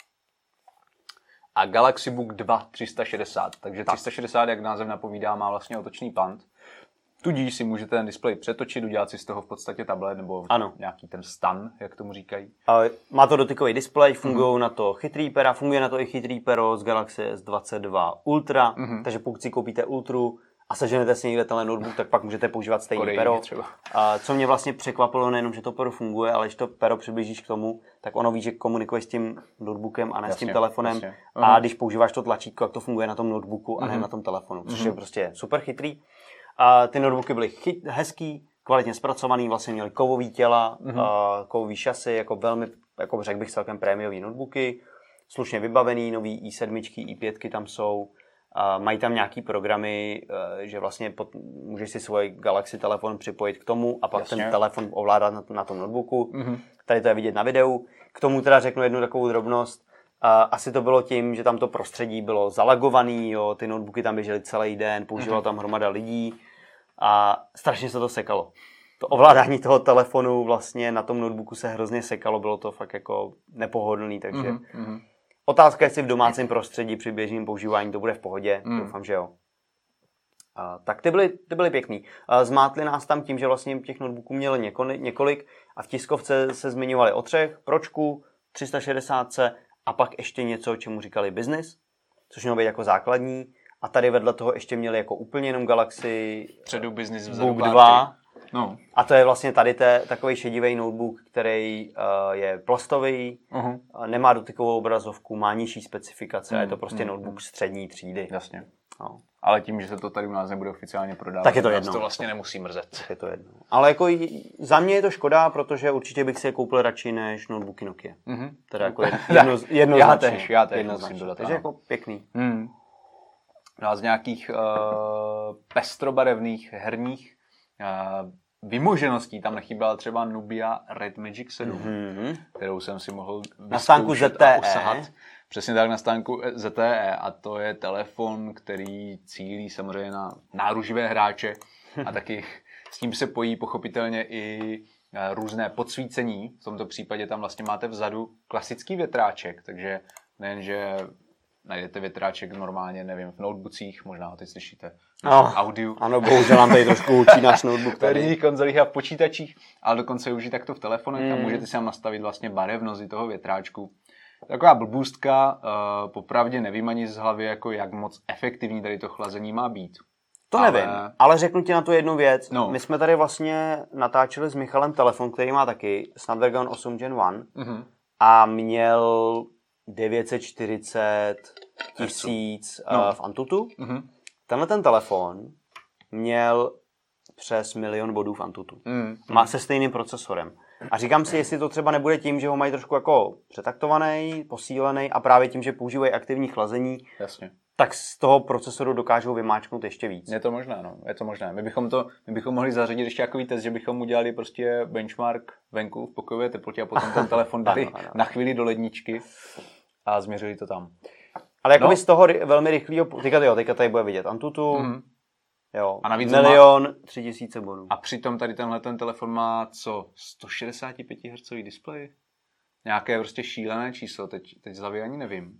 a Galaxy Book dva tři sta šedesát. Takže tak. tři sta šedesát, jak název napovídá, má vlastně otočný pant. Tudíž si můžete ten displej přetočit, udělat si z toho v podstatě tablet nebo ano. nějaký ten stan, jak tomu říkají. Ale má to dotykový displej, fungují mm-hmm. na to chytrý pera, funguje na to i chytrý pero z Galaxy S dvacet dva Ultra, mm-hmm. takže pokud si koupíte Ultru a seženete si někde tenhle notebook, tak pak můžete používat stejný Kodej pero. A co mě vlastně překvapilo, nejenom, že to pero funguje, ale když to pero přiblížíš k tomu, tak ono ví, že komunikuješ s tím notebookem a ne jasně, s tím telefonem. Jasně. A když používáš to tlačítko, tak to funguje na tom notebooku a ne mm-hmm. na tom telefonu, což mm-hmm. je prostě super chytrý. A ty notebooky byly chyt, hezký, kvalitně zpracovaný, vlastně měly kovový těla, mm-hmm. a kovový šasy, jako velmi, jako řekl bych celkem prémiový notebooky, slušně vybavený, nový i sedm, i pět tam jsou. A mají tam nějaký programy, že vlastně pod, můžeš si svůj Galaxy telefon připojit k tomu a pak jasně. ten telefon ovládat na, na tom notebooku. Mm-hmm. Tady to je vidět na videu. K tomu teda řeknu jednu takovou drobnost. A asi to bylo tím, že tam to prostředí bylo zalagovaný, jo, ty notebooky tam běžely celý den, používala mm-hmm. tam hromada lidí a strašně se to sekalo. To ovládání toho telefonu vlastně na tom notebooku se hrozně sekalo, bylo to fakt jako nepohodlný, takže mm-hmm. otázka, jestli v domácím prostředí při běžném používání to bude v pohodě, mm. doufám, že jo. A, tak ty byly, ty byly pěkný. A zmátli nás tam tím, že vlastně těch notebooků měli několik, několik a v tiskovce se zmiňovali o třech, Pročku, tři sta šedesát a pak ještě něco, čemu říkali business, což mělo být jako základní. A tady vedle toho ještě měli jako úplně jenom Galaxy Předu business Book dva. No. A to je vlastně tady te, takový šedivý notebook, který uh, je plastový, uh-huh. nemá dotykovou obrazovku, má nižší specifikace, uh-huh. a je to prostě notebook střední třídy. Jasně. No. Ale tím, že se to tady u nás nebude oficiálně prodávat, tak je to jedno. To vlastně nemusí mrzet. Tak je to jedno. Ale jako za mě je to škoda, protože určitě bych si je koupil radši než notebooky Nokia. Uh-huh. Teda jako jedno, jednoznačně. Já tež, já tež musím dodat. Takže jako pěkný. Hmm. No a z nějakých uh, pestrobarevných herních uh, vymožeností tam nechyběla třeba Nubia Red Magic sedm, mm-hmm. kterou jsem si mohl na stánku Z T E. Přesně tak, na stánku Z T E, a to je telefon, který cílí samozřejmě na náruživé hráče a taky s tím se pojí pochopitelně i různé podsvícení. V tomto případě tam vlastně máte vzadu klasický větráček, takže nejenže najdete větráček normálně, nevím, v notebookích, možná ho teď slyšíte no, audio. Ano, bohužel nám tady trošku učí náš notebook. V herních konzolích a v počítačích, ale dokonce už i takto v telefonech mm. a můžete si tam nastavit vlastně barevnost toho větráčku. Taková blbůstka, uh, popravdě nevím ani z hlavy, jako jak moc efektivní tady to chlazení má být. To ale... nevím, ale řeknu ti na to jednu věc. No. My jsme tady vlastně natáčeli s Michalem telefon, který má taky Snapdragon osm Gen jedna mm-hmm. a měl devět set čtyřicet tisíc no. uh, v Antutu. Mm-hmm. Tenhle ten telefon měl přes milion bodů v Antutu. Mm-hmm. Má se stejným procesorem. A říkám si, jestli to třeba nebude tím, že ho mají trošku jako přetaktovaný, posílený a právě tím, že používají aktivní chlazení, jasně. tak z toho procesoru dokážou vymáčknout ještě víc. Je to možné, no. Je to možné. My bychom to, my bychom mohli zařadit ještě takový test, že bychom udělali prostě benchmark venku v pokojové teplotě a potom ten telefon dali ano, ano. na chvíli do ledničky a změřili to tam. Ale jako no. z toho velmi rychlého, teďka, jo, teďka tady bude vidět Antutu, mm-hmm. jo, a navíc milion, má... tři tisíce bodů. A přitom tady tenhle ten telefon má co? sto šedesát pět hertzový displej? Nějaké prostě šílené číslo, teď, teď z hlavy ani nevím.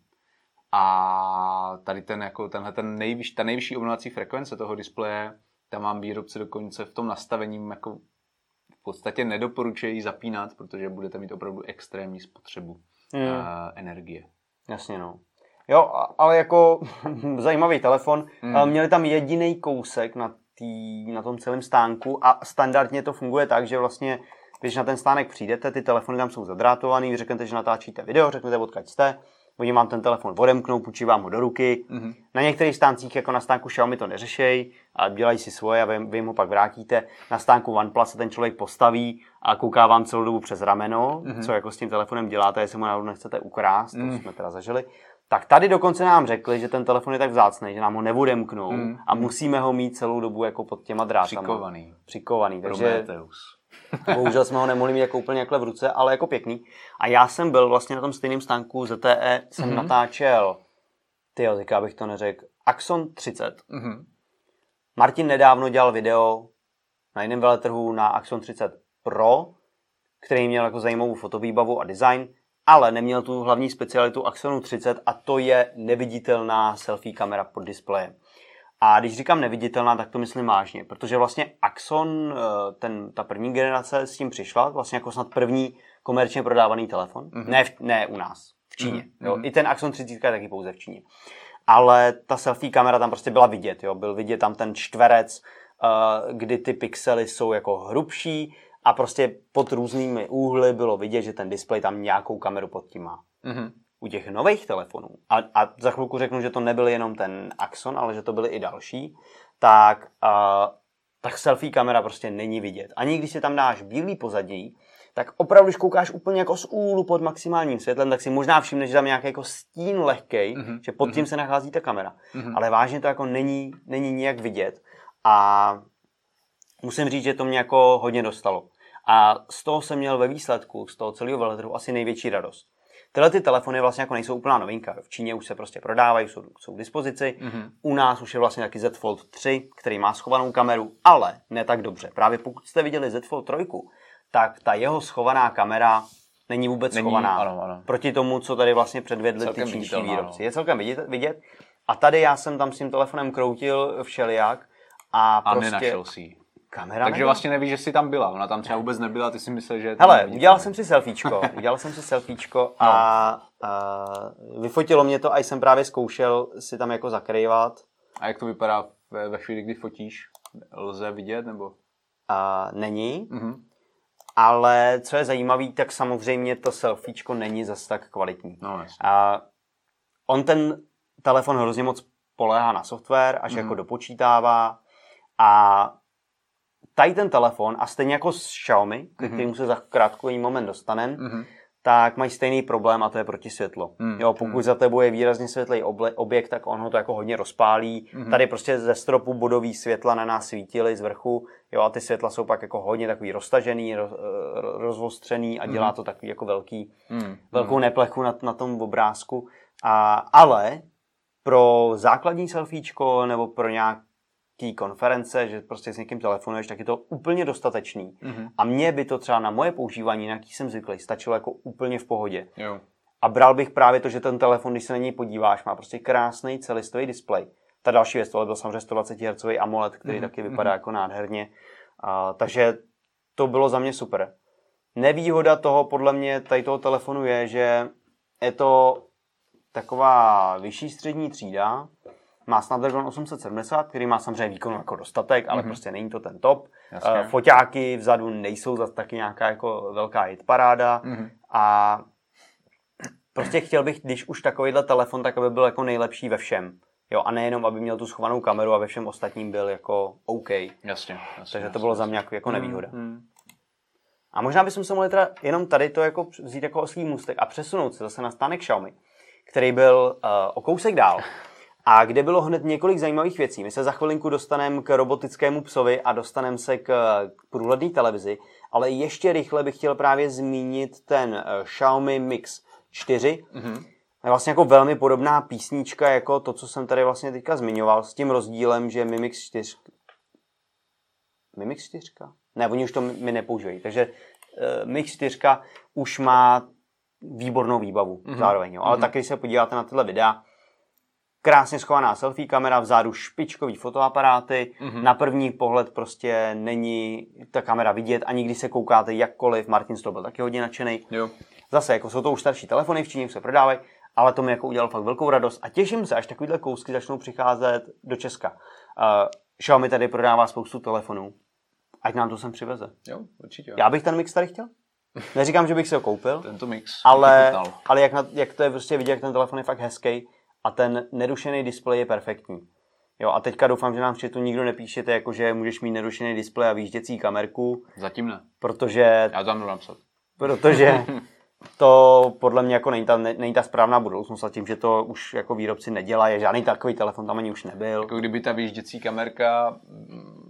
A tady ten, jako tenhle ten nejvyš, ta nejvyšší obnovací frekvence toho displeje, tam mám výrobce dokonce v tom nastavení jako v podstatě nedoporučuji zapínat, protože budete mít opravdu extrémní spotřebu hmm. uh, energie. Jasně, no. Jo, ale jako zajímavý telefon. Hmm. Měli tam jediný kousek na, tý, na tom celém stánku a standardně to funguje tak, že vlastně, když na ten stánek přijdete, ty telefony tam jsou zadrátovaný, vy řeknete, že natáčíte video, řeknete, odkud jste, oni vám ten telefon odemknou, půjčí vám ho do ruky. Mm-hmm. Na některých stáncích, jako na stánku Xiaomi, to neřešejí a dělají si svoje a vy, vy jim ho pak vrátíte. Na stánku OnePlus se ten člověk postaví a kouká vám celou dobu přes rameno, mm-hmm. co jako s tím telefonem děláte, jestli mu náhodou nechcete ukrást, mm. to jsme teda zažili. Tak tady dokonce nám řekli, že ten telefon je tak vzácný, že nám ho neodemknou mm. a musíme ho mít celou dobu jako pod těma drátama. Přikovaný. Přikovaný. Takže, Bohužel jsme ho nemohli mít jako úplně jakhle v ruce, ale jako pěkný. A já jsem byl vlastně na tom stejném stánku Z T E, jsem mm-hmm. natáčel, tyjo, teďka bych to neřekl, Axon třicet. Mm-hmm. Martin nedávno dělal video na jiném veletrhu na Axon třicet Pro, který měl jako zajímavou fotovýbavu a design, ale neměl tu hlavní specialitu Axonu třicet a to je neviditelná selfie kamera pod displejem. A když říkám neviditelná, tak to myslím vážně, protože vlastně Axon, ten, ta první generace s tím přišla, vlastně jako snad první komerčně prodávaný telefon. Mm-hmm. Ne, v, ne u nás, v Číně. Mm-hmm. Jo. I ten Axon třicet je taky pouze v Číně. Ale ta selfie kamera tam prostě byla vidět. Jo. Byl vidět tam ten čtverec, kdy ty pixely jsou jako hrubší a prostě pod různými úhly bylo vidět, že ten displej tam nějakou kameru pod tím má. Mm-hmm. U těch nových telefonů, a, a za chvilku řeknu, že to nebyl jenom ten Axon, ale že to byly i další, tak, uh, tak selfie kamera prostě není vidět. Ani když si tam dáš bílý pozadí, tak opravdu, když koukáš úplně jako z úhlu pod maximálním světlem, tak si možná všimneš, že tam nějaký jako stín lehkej, mm-hmm. že pod tím mm-hmm. se nachází ta kamera. Mm-hmm. Ale vážně to jako není, není nijak vidět. A musím říct, že to mě jako hodně dostalo. A z toho jsem měl ve výsledku, z toho celého veletrhu asi největší radost. Tyhle ty telefony vlastně jako nejsou úplná novinka. V Číně už se prostě prodávají, jsou, jsou k dispozici. Mm-hmm. U nás už je vlastně taky Z Fold tři, který má schovanou kameru, ale ne tak dobře. Právě pokud jste viděli Z Fold tři, tak ta jeho schovaná kamera není vůbec není, schovaná. Ano, ano. Proti tomu, co tady vlastně předvedli celkem ty čínští výrobci. Je celkem vidět, vidět. A tady já jsem tam s tím telefonem kroutil všelijak a, a prostě... nenašel si ji. Kamera Takže nebyla. Vlastně nevíš, že jsi tam byla. Ona tam třeba vůbec nebyla, ty si myslel, že... Hele, udělal jsem si selfiečko. Udělal jsem si selfiečko a, no. a vyfotilo mě to a jsem právě zkoušel si tam jako zakrývat. A jak to vypadá ve, ve chvíli, kdy fotíš? Lze vidět, nebo? A, není. Mm-hmm. Ale co je zajímavé, tak samozřejmě to selfiečko není zas tak kvalitní. No, jasně. A on ten telefon hrozně moc poléhá na software, až mm-hmm. jako dopočítává a tady ten telefon, a stejně jako s Xiaomi, mm-hmm. kterým se za krátkový moment dostaneme, mm-hmm. tak mají stejný problém a to je protisvětlo. Mm-hmm. Jo, pokud za tebou je výrazně světlej objekt, tak on ho to jako hodně rozpálí. Mm-hmm. Tady prostě ze stropu bodový světla na nás svítily z vrchu, jo, a ty světla jsou pak jako hodně takový roztažený, roz, rozvostřený a dělá to takový jako velký, mm-hmm. velkou neplechu na, na tom obrázku. A, ale pro základní selfiečko nebo pro nějak konference, že prostě s někým telefonuješ, tak je to úplně dostatečný. Mm-hmm. A mně by to třeba na moje používání, na jaký jsem zvyklý, stačilo jako úplně v pohodě. Jo. A bral bych právě to, že ten telefon, když se na něj podíváš, má prostě krásný celistový displej. Ta další věc, tohle byl samozřejmě sto dvacet hertzů AMOLED, který mm-hmm. taky vypadá mm-hmm. jako nádherně. A, takže to bylo za mě super. Nevýhoda toho, podle mě, tady toho telefonu je, že je to taková vyšší střední třída, má Snapdragon osm set sedmdesát, který má samozřejmě výkon jako dostatek, ale mm-hmm. prostě není to ten top. Uh, foťáky vzadu nejsou zase taky nějaká jako velká hitparáda. Mm-hmm. A prostě chtěl bych, když už takovýhle telefon, tak aby byl jako nejlepší ve všem. Jo, a nejenom, aby měl tu schovanou kameru a ve všem ostatním byl jako OK. Jasně. jasně Takže jasně, to bylo za mě jako, jako nevýhoda. Mm-hmm. A možná bychom se mohli teda jenom tady to jako vzít jako oslý můstek a přesunout se zase na stánek Xiaomi, který byl uh, o kousek dál. A kde bylo hned několik zajímavých věcí. My se za chvilinku dostaneme k robotickému psovi a dostaneme se k průhledné televizi, ale ještě rychle bych chtěl právě zmínit ten Xiaomi Mix čtyři. Mm-hmm. Je vlastně jako velmi podobná písnička jako to, co jsem tady vlastně teďka zmiňoval, s tím rozdílem, že Mi Mix čtyři... Mi Mix čtyři? Ne, oni už to mi nepoužívají. Takže uh, Mix čtyři už má výbornou výbavu mm-hmm. zároveň. Jo. Ale mm-hmm. taky, když se podíváte na tyhle videa, krásně schovaná selfie kamera, vzadu špičkový fotoaparáty, mm-hmm. na první pohled prostě není ta kamera vidět, ani když se koukáte jakkoliv, Martin z toho byl taky hodně nadšený. Jo. Zase, jako jsou to už starší telefony, v Číně se prodávají, ale to mi jako udělalo fakt velkou radost a těším se, až takovýhle kousky začnou přicházet do Česka. Uh, Xiaomi tady prodává spoustu telefonů, ať nám to sem přiveze. Jo, určitě. Jo. Já bych ten Mix tady chtěl. Neříkám, že bych si ho koupil, tento Mix, ale, ale jak, na, jak to je prostě vidět, jak ten telefon je fakt hezký. A ten nerušený displej je perfektní. Jo, a teďka doufám, že nám v chatu nikdo nepíšete, jako že můžeš mít nerušený displej a výjížděcí kamerku. Zatím ne. Protože... Já tam jdu napsat. Protože to podle mě jako není ta, ne, není ta správná budoucnost a tím, že to už jako výrobci nedělají, žádný takový telefon tam ani už nebyl. Jako kdyby ta výjížděcí kamerka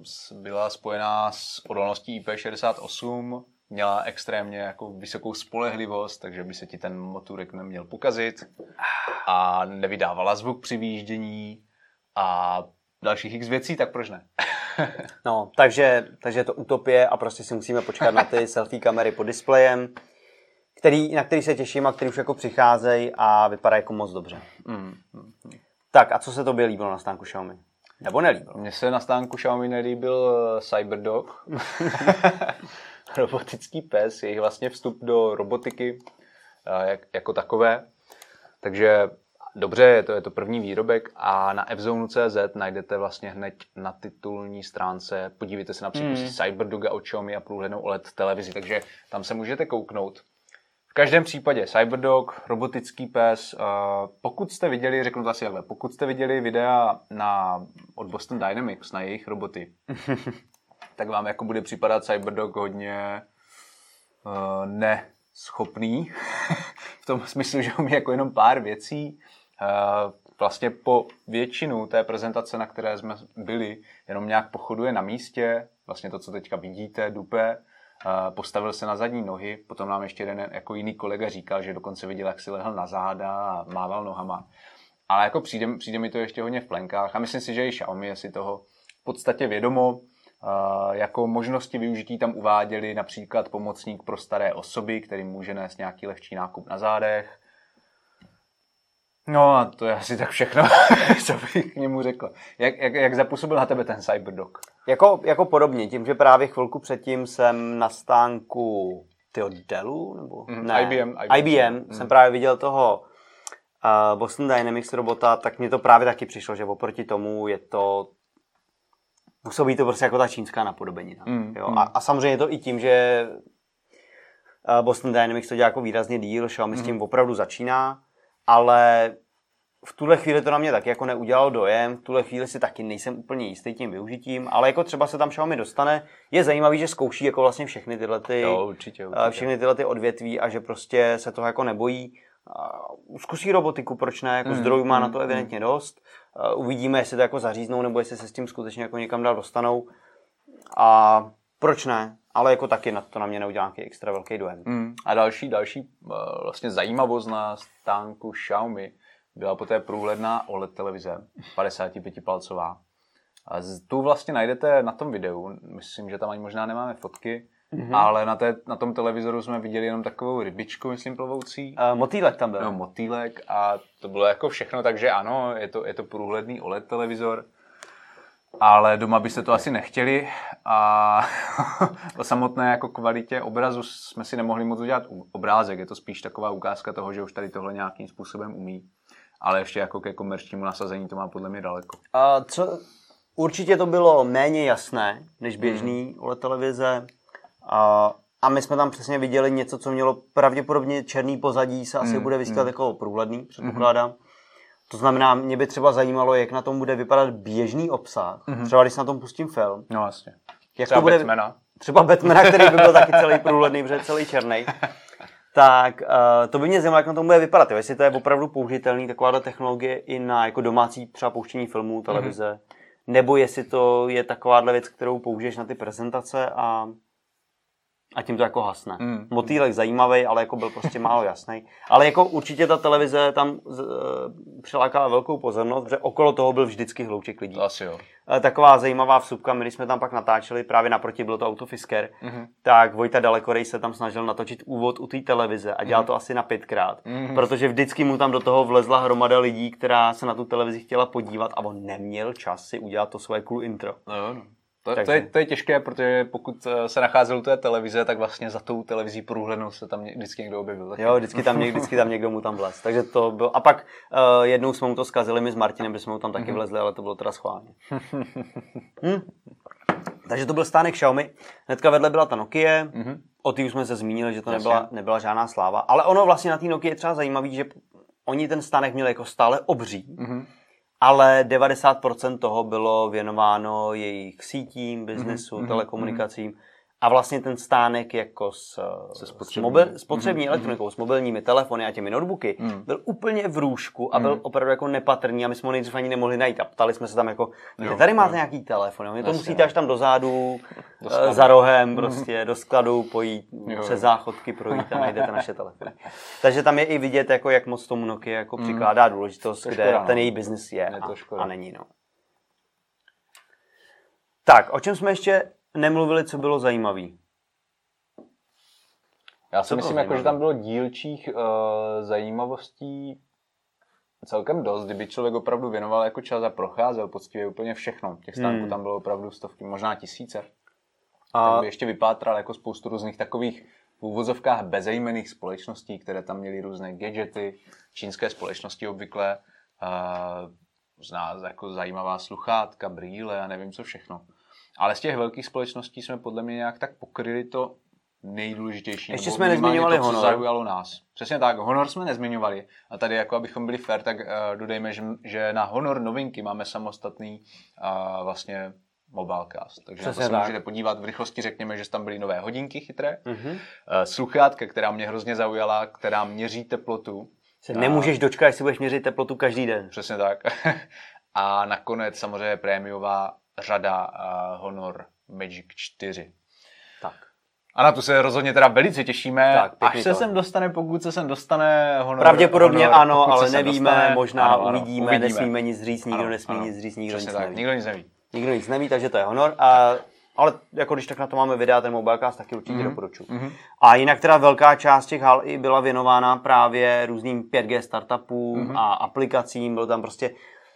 byla spojená s odolností I P šedesát osm, měla extrémně jako vysokou spolehlivost, takže by se ti ten motůrek neměl pokazit a nevydávala zvuk při výjíždění a dalších x věcí, tak proč ne? No, takže, takže je to utopie a prostě si musíme počkat na ty selfie kamery pod displejem, který, na který se těším a který už jako přicházejí a vypadá jako moc dobře. Mm, mm, mm. Tak a co se tobě líbilo na stánku Xiaomi? Nebo nelíbilo? Mně se na stánku Xiaomi nelíbil CyberDog. Robotický pes, jejich vlastně vstup do robotiky jak, jako takové. Takže dobře, je to, je to první výrobek a na f zone tečka cé zet najdete vlastně hned na titulní stránce, podívejte se na příkusy mm. CyberDoga od Xiaomi a průhlednou O L E D televizi, takže tam se můžete kouknout. V každém případě CyberDog, robotický pes, pokud jste viděli, řeknu to asi takhle, pokud jste viděli videa na, od Boston Dynamics na jejich roboty, tak vám jako bude připadat CyberDog hodně uh, neschopný. V tom smyslu, že umí jako jenom pár věcí. Uh, vlastně po většinu té prezentace, na které jsme byli, jenom nějak pochoduje na místě. Vlastně to, co teďka vidíte, dupe. Uh, postavil se na zadní nohy. Potom nám ještě jeden jako jiný kolega říkal, že dokonce viděl, jak si lehl na záda a mával nohama. Ale jako přijde, přijde mi to ještě hodně v plenkách. A myslím si, že i Xiaomi je si toho v podstatě vědomo. Uh, jako možnosti využití tam uváděli například pomocník pro staré osoby, který může nést nějaký lehčí nákup na zádech. No a to je asi tak všechno, co bych k němu řekl. Jak, jak, jak zapůsobil na tebe ten CyberDog? Jako, jako podobně, tím, že právě chvilku předtím jsem na stánku tyho Dellu, nebo mm, ne, I B M, I B M, I B M mm. jsem právě viděl toho uh, Boston Dynamics robota, tak mně to právě taky přišlo, že oproti tomu je to působí to prostě jako ta čínská napodobenina. Mm, jo? Mm. A, a samozřejmě je to i tím, že Boston Dynamics to dělá jako výrazně díl, Xiaomi mm. s tím opravdu začíná, ale v tuhle chvíli to na mě taky jako neudělalo dojem, v tuhle chvíli si taky nejsem úplně jistý tím využitím, ale jako třeba se tam Xiaomi dostane, je zajímavý, že zkouší jako vlastně všechny tyhle ty, jo, určitě, určitě. všechny tyhle ty odvětví a že prostě se toho jako nebojí. Zkusí robotiku, proč ne, jako mm, zdrojů má mm, na to evidentně mm. dost. Uvidíme, jestli to jako zaříznou, nebo jestli se s tím skutečně jako někam dál dostanou. A proč ne? Ale jako taky na to na mě neudělá nějaký extra velký dojem. Mm. A další, další vlastně zajímavost na stánku Xiaomi byla poté průhledná O L E D televize, padesátipětipalcová. A tu vlastně najdete na tom videu, myslím, že tam ani možná nemáme fotky, mm-hmm. ale na, té, na tom televizoru jsme viděli jenom takovou rybičku, myslím, plovoucí. Uh, motýlek tam byl. No, motýlek a to bylo jako všechno, takže ano, je to, je to průhledný O L E D televizor, ale doma byste to asi nechtěli a o samotné jako kvalitě obrazu jsme si nemohli moc udělat obrázek, je to spíš taková ukázka toho, že už tady tohle nějakým způsobem umí, ale ještě jako ke komerčnímu nasazení to má podle mě daleko. Uh, co, určitě to bylo méně jasné než běžný hmm. O L E D televize. A, a my jsme tam přesně viděli něco, co mělo pravděpodobně černý pozadí, se asi mm, bude vysílat mm. jako průhledný, předpokládám. Mm. To znamená, mě by třeba zajímalo, jak na tom bude vypadat běžný obsah. Mm. Třeba když na tom pustím film. No vlastně. Jak třeba to bude, Batmana. Třeba Batmana, který by byl taky celý průhledný, protože celý černý. Tak uh, to by mě zajímalo, jak na tom bude vypadat. Jo? Jestli to je opravdu použitelný, takováhle technologie i na jako domácí třeba pouštění filmů, televize. Mm. Nebo jestli to je takováhle věc, kterou použiješ na ty prezentace a A tím to jako hasne. Mm. Motýlek zajímavý, ale jako byl prostě málo jasný. Ale jako určitě ta televize tam z, e, přilákala velkou pozornost, protože okolo toho byl vždycky hlouček lidí. Asi jo. E, taková zajímavá vsupka, my když jsme tam pak natáčeli, právě naproti bylo to Autofisker, mm-hmm. tak Vojta Dalekorej se tam snažil natočit úvod u té televize a dělal mm-hmm. to asi na pětkrát. Mm-hmm. Protože vždycky mu tam do toho vlezla hromada lidí, která se na tu televizi chtěla podívat a on neměl čas si udělat to svoje cool intro. No, no. To, to, je, to je těžké, protože pokud se nacházel u té televize, tak vlastně za tou televizí průhlednou se tam vždycky někdo objevil. Taky. Jo, vždycky tam, někdo, vždycky tam někdo mu tam vlez. Takže to bylo. A pak uh, jednou jsme mu to zkazili my s Martinem, protože jsme mu tam taky vlezli, ale to bylo teda schválně. hm. Takže to byl stánek Xiaomi. Hnedka vedle byla ta Nokia. Mm-hmm. O té už jsme se zmínili, že to nebyla, nebyla žádná sláva. Ale ono vlastně na té Nokia je třeba zajímavý, že oni ten stánek měli jako stále obří. Mm-hmm. Ale devadesát procent toho bylo věnováno jejich sítím, biznesu, mm-hmm. telekomunikacím a vlastně ten stánek jako s, s, mobil, s potřební mm-hmm. elektronikou, s mobilními telefony a těmi notebooky mm. byl úplně v růžku a byl mm. opravdu jako nepatrný a my jsme ho nejdřív ani nemohli najít a ptali jsme se tam jako, že tady máte jo. nějaký telefon, jo? Mě to Jasně, musíte až tam dozadu, do za rohem prostě, do skladu pojít, jo. přes záchodky projít a najdete naše telefony. Takže tam je i vidět, jako, jak moc tomu Nokia jako mm. přikládá důležitost, kde škoda, ten její biznis je, je a, a není. No. Tak, o čem jsme ještě nemluvili, co bylo zajímavý? Já si myslím, jako, že tam bylo dílčích uh, zajímavostí celkem dost, kdyby člověk opravdu věnoval jako čas a procházel poctivě úplně všechno. Těch stánků hmm. tam bylo opravdu stovky, možná tisíce. A tak by ještě vypátral jako spoustu různých takových v úvozovkách bezejmenných společností, které tam měly různé gadgety, čínské společnosti obvykle, uh, zná jako zajímavá sluchátka, brýle a nevím co všechno. Ale z těch velkých společností jsme podle mě nějak tak pokryli to nejdůležitější. Ještě jsme nezmiňovali to, Honor. Zaujalo nás. Přesně tak, Honor jsme nezmiňovali. A tady, jako abychom byli fair, tak uh, dodejme, že, že na Honor novinky máme samostatný uh, vlastně mobilecast. Takže na to se tak. můžete podívat v rychlosti, řekněme, že tam byly nové hodinky chytré. Mm-hmm. Uh, sluchátka, která mě hrozně zaujala, která měří teplotu. Se nemůžeš dočkat, jestli budeš měřit teplotu každý den. Přesně tak. A nakonec samozřejmě prémiová řada uh, Honor Magic čtyři. Tak. A na tu se rozhodně teda velice těšíme. Tak, až se to. sem dostane, pokud se sem dostane Honor. Pravděpodobně Honor, ano, ale nevíme, dostane, možná ano, ano, uvidíme, uvidíme, nesmíme nic říct, nikdo ano, nesmí ano, nic říct, nikdo nic tak, neví. Nikdo nic neví. Nikdo nic neví, takže to je Honor. A, ale jako když tak na to máme videa, ten mobilecast, taky určitě mm-hmm. doporučuji. Mm-hmm. A jinak teda velká část těch hal i byla věnována právě různým pět G startupům mm-hmm. a aplikacím, bylo tam prostě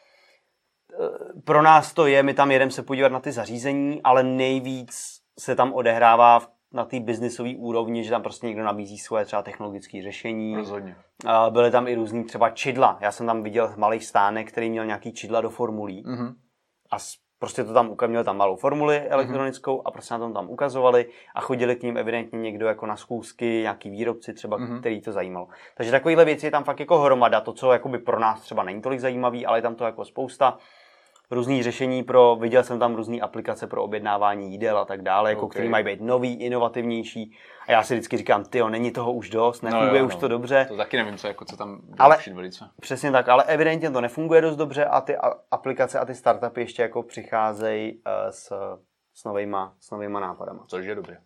pro nás to je, my tam jedeme se podívat na ty zařízení, ale nejvíc se tam odehrává na té biznisové úrovni, že tam prostě někdo nabízí svoje třeba technologické řešení. Rozhodně. Byly tam i různý třeba čidla. Já jsem tam viděl malý stánek, který měl nějaký čidla do formulí. Mm-hmm. A prostě to tam měl tam malou formuli elektronickou mm-hmm. a prostě na tom tam ukazovali a chodili k ním evidentně někdo jako na schůzky, nějaký výrobci třeba, mm-hmm. který to zajímalo. Takže takovýhle věci je tam fakt jako hromada, to, co jakoby pro nás třeba není tolik zajímavý, ale je tam to jako spousta. Různý řešení pro, viděl jsem tam různý aplikace pro objednávání jídel a tak dále, jako, okay. který mají být nový, inovativnější. A já si vždycky říkám, tyjo, není toho už dost, nefunguje no, jo, už no. to dobře. To taky nevím, co, jako, co tam ale velice. Přesně tak, ale evidentně to nefunguje dost dobře a ty aplikace a ty startupy ještě jako přicházejí uh, s, s, novejma, s novejma nápadama. Což je dobré.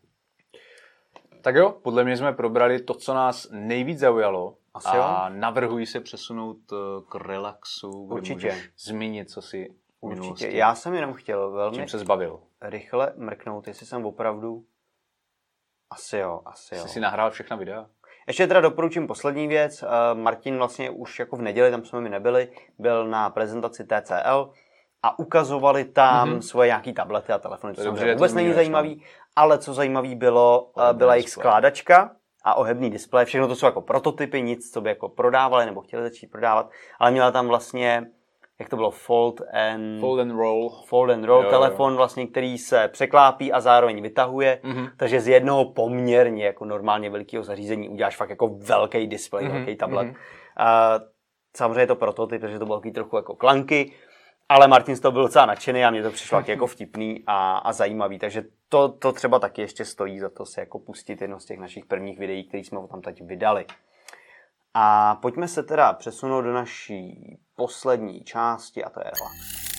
Tak jo, podle mě jsme probrali to, co nás nejvíc zaujalo. Asi a jo? Navrhuji se přesunout k relaxu, kde Určitě. můžeš zmínit, co si Určitě. Minulosti. Já jsem jenom chtěl velmi Čím se zbavil? rychle mrknout, jestli jsem opravdu... Asi jo, asi jo. Jsi si nahrál všechna videa? Ještě teda doporučím poslední věc. Martin vlastně už jako v neděli, tam jsme mi nebyli, byl na prezentaci T C L a ukazovali tam mm-hmm. svoje nějaký tablety a telefony. To dobře, vůbec není zajímavý, ale co zajímavý bylo, ohebný byla jejich skládačka a ohebný displej. Všechno to jsou jako prototypy, nic, co by jako prodávali nebo chtěli začít prodávat, ale měla tam vlastně, jak to bylo, Fold and... Fold and Roll. Fold and Roll, jo, telefon vlastně, který se překlápí a zároveň vytahuje, mm-hmm. takže z jednoho poměrně jako normálně velikého zařízení uděláš fakt jako velký displej, mm-hmm. velký tablet. Mm-hmm. Uh, samozřejmě je to prototyp, takže to bylo trochu jako klanky, ale Martin z toho byl docela nadšený a mně to přišlo jako vtipný a, a zajímavý, takže to, to třeba taky ještě stojí za to se jako pustit jedno z těch našich prvních videí, které jsme tam teď vydali. A pojďme se teda přesunout do naší poslední části a to je relax.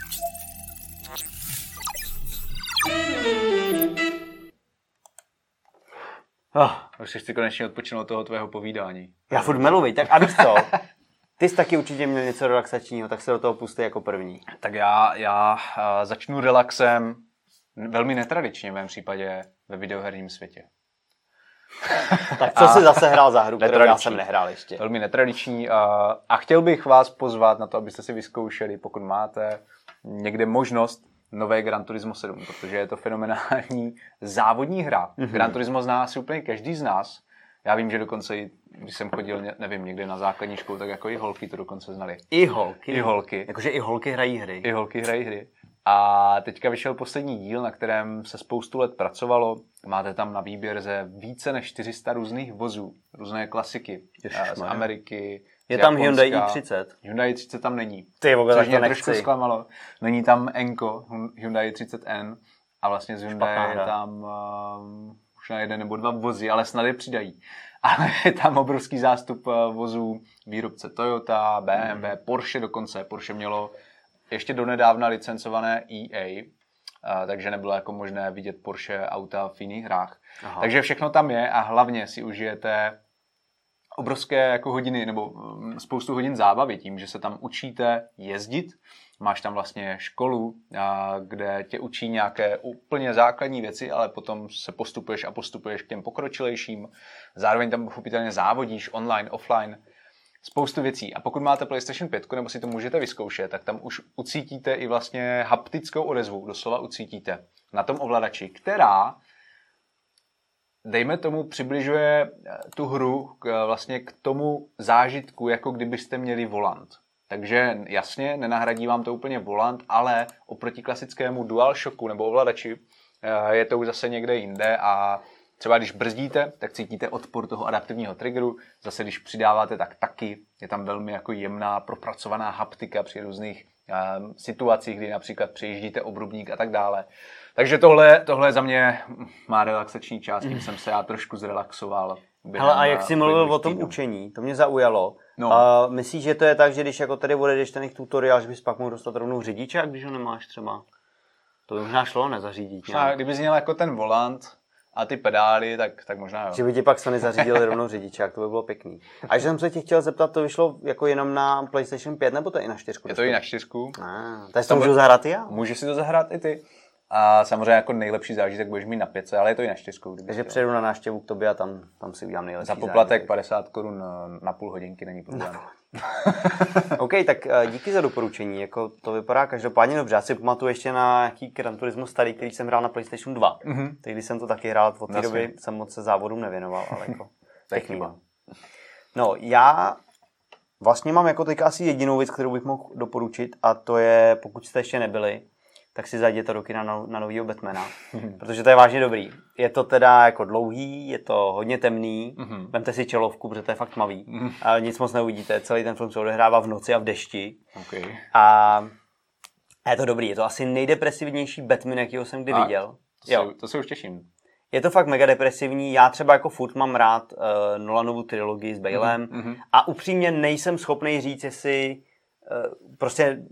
Oh, už chci konečně odpočinout toho tvého povídání. Já furt mluvím, tak a víš co? Ty jsi taky určitě měl něco relaxačního, tak se do toho pustí jako první. Tak já, já uh, začnu relaxem velmi netradičně v mém případě ve videoherním světě. Tak co jsi zase hrál za hru, kterou já jsem nehrál ještě? Velmi netradiční uh, a chtěl bych vás pozvat na to, abyste si vyzkoušeli, pokud máte někde možnost, nové Gran Turismo sedm, protože je to fenomenální závodní hra. Mm-hmm. Gran Turismo zná asi úplně každý z nás. Já vím, že dokonce, když jsem chodil, nevím, někde na základní školu, tak jako i holky to dokonce znali. I holky? I holky. Jakože i holky hrají hry. I holky hrají hry. A teďka vyšel poslední díl, na kterém se spoustu let pracovalo. Máte tam na výběr ze více než čtyři sta různých vozů, různé klasiky Ježišmarja. Z Ameriky, je tam Hyundai i třicet? Hyundai i třicet tam není. Ty voga, což mě trošku zklamalo. Není tam Enko, Hyundai třicet N a vlastně z Hyundai tam uh, už na jeden nebo dva vozy, ale snad je přidají. Ale je tam obrovský zástup vozů výrobce Toyota, bé em vé, mm. Porsche dokonce. Porsche mělo ještě donedávna licencované E A, uh, takže nebylo jako možné vidět Porsche auta v jiných hrách. Aha. Takže všechno tam je a hlavně si užijete obrovské jako hodiny nebo spoustu hodin zábavy tím, že se tam učíte jezdit. Máš tam vlastně školu, kde tě učí nějaké úplně základní věci, ale potom se postupuješ a postupuješ k těm pokročilejším. Zároveň tam pochopitelně závodíš online, offline. Spoustu věcí. A pokud máte PlayStation pět, nebo si to můžete vyzkoušet, tak tam už ucítíte i vlastně haptickou odezvu, doslova ucítíte na tom ovladači, která, dejme tomu, přibližuje tu hru k, vlastně k tomu zážitku, jako kdybyste měli volant. Takže jasně, nenahradí vám to úplně volant, ale oproti klasickému DualShocku nebo ovladači je to už zase někde jinde a třeba když brzdíte, tak cítíte odpor toho adaptivního triggeru, zase když přidáváte, tak taky je tam velmi jako jemná, propracovaná haptika při různých um, situacích, kdy například přejíždíte obrubník a tak dále. Takže tohle, tohle za mě má relaxační část, tím jsem se já trošku zrelaxoval. Hele, a jak jsi mluvil o tom týdnu. Učení, to mě zaujalo. No. A myslíš, že to je tak, že když jako tady odejdeš ten tutoriál, že bys pak mohl dostat rovnou řidičák, když ho nemáš třeba? To by možná šlo nezařídit. Možná, kdyby jsi měl jako ten volant a ty pedály, tak, tak možná jo. Že by ti pak Sony zařídili rovnou řidičák, to by bylo pěkný. A že jsem se tě chtěl zeptat, to vyšlo jako jenom na PlayStation pět, nebo to je i na čtyřku? Je to i na čtyřku. Ah, takže to můžu zahrát i já? Můžeš si to zahrát i ty. A samozřejmě jako nejlepší zážitek budeš mít na pětce, ale je to i na čtyřku. Takže přijedu na návštěvu k tobě a tam, tam si udělám nejlepší za poplatek zážitek. padesát korun na, na půl hodinky není problém. OK, tak díky za doporučení. Jako to vypadá každopádně dobře. Já si pamatuju ještě na nějaký Gran Turismo starý, který jsem hrál na PlayStation dva. Mm-hmm. Tehdy jsem to taky hrál, od té doby jsem moc se závodům nevěnoval, ale jako pěkný. No, já vlastně mám jako teďka asi jedinou věc, kterou bych mohl doporučit, a to je, pokud jste ještě nebyli, tak si zajděte do kina na, na novýho Batmana, protože to je vážně dobrý. Je to teda jako dlouhý, je to hodně temný, mm-hmm. Vemte si čelovku, protože to je fakt tmavý, mm-hmm. ale nic moc neuvidíte, celý ten film se odehrává v noci a v dešti. Okay. A, a je to dobrý, je to asi nejdepresivnější Batman, jakýho jsem kdy a, viděl. To, jo. Se, to se už těším. Je to fakt mega depresivní, já třeba jako furt mám rád uh, Nolanovu trilogii s Balem mm-hmm. a upřímně nejsem schopný říct, jestli uh, prostě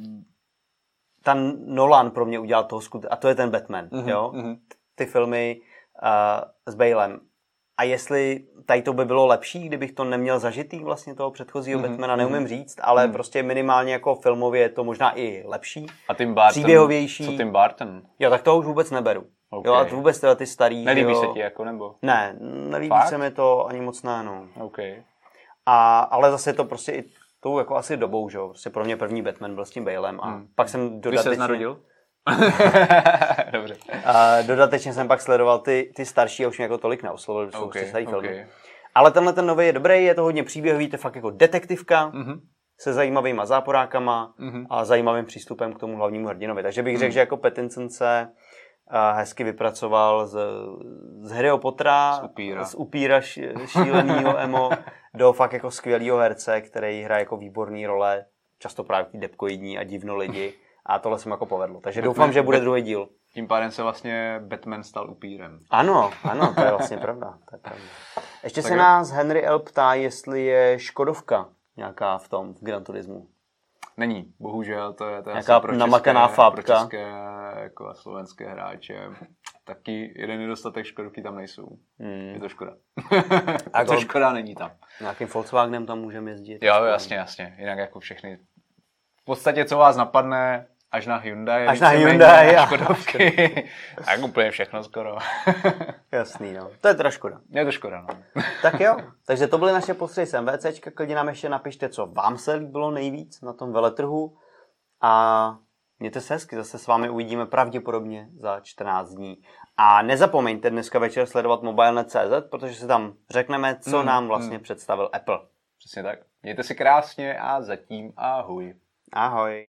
ta Nolan pro mě udělal toho skutečně, a to je ten Batman, mm-hmm, jo? Mm-hmm. Ty filmy uh, s Balem. A jestli tady to by bylo lepší, kdybych to neměl zažitý vlastně toho předchozího mm-hmm, Batmana, neumím říct, ale mm-hmm. prostě minimálně jako filmově je to možná i lepší, a Tim Burton, příběhovější. Co Tim Burton? Jo, tak to už vůbec neberu. Okay. Jo, a vůbec teda ty starý. Nelíbí jo, se ti jako, nebo? Ne, nelíbí Fakt? se mi to ani moc ne, no. Okay. A, ale zase je to prostě i tou jako asi dobou, že jo. Prostě pro mě první Batman byl s tím Balem a hmm. pak jsem dodatečně... Když jsi narodil? Dobře. A dodatečně jsem pak sledoval ty, ty starší a už mě jako tolik neoslovil, protože okay, jsou starý okay. filmy. Ale tenhle ten nový je dobrý, je to hodně příběhový, to je fakt jako detektivka mm-hmm. se zajímavýma záporákama mm-hmm. a zajímavým přístupem k tomu hlavnímu hrdinovi. Takže bych mm. řekl, že jako Pattinson se uh, hezky vypracoval z, z Harryho Pottera, z upíra, z upíra š, šílenýho emo do fakt jako skvělýho herce, který hraje jako výborný role, často právě depkoidní a divno lidi. A tohle se mi jako povedlo. Takže Batman, doufám, že bude druhý díl. Tím pádem se vlastně Batman stal upírem. Ano, ano, to je vlastně pravda. To je pravda. Ještě tak se je... nás Henry L. ptá, jestli je Škodovka nějaká v tom, v Gran Turismu. Není, bohužel, to je, to je nějaká pro namakaná české, fábka. Pro české jako a slovenské hráče. Taky jeden nedostatek Škodovky tam nejsou. Hmm. Je to škoda. A to škoda není tam. Nějakým Volkswagenem tam můžeme jezdit. Jo, jasně, jasně. Jinak jako všechny. V podstatě, co vás napadne, až na Hyundai. Až na Hyundai a Škodovky. Tak úplně všechno skoro. Jasný, no. To je teda škoda. Je to škoda, no. Tak jo, takže to byly naše postřehy z MVCčka. Klidně nám ještě napište, co vám se líbilo nejvíc na tom veletrhu. A mějte se hezky, zase s vámi uvidíme pravděpodobně za čtrnáct dní. A nezapomeňte dneska večer sledovat mobile tečka cé zet, protože si tam řekneme, co mm, nám vlastně mm. představil Apple. Přesně tak. Mějte si krásně a zatím ahoj. Ahoj.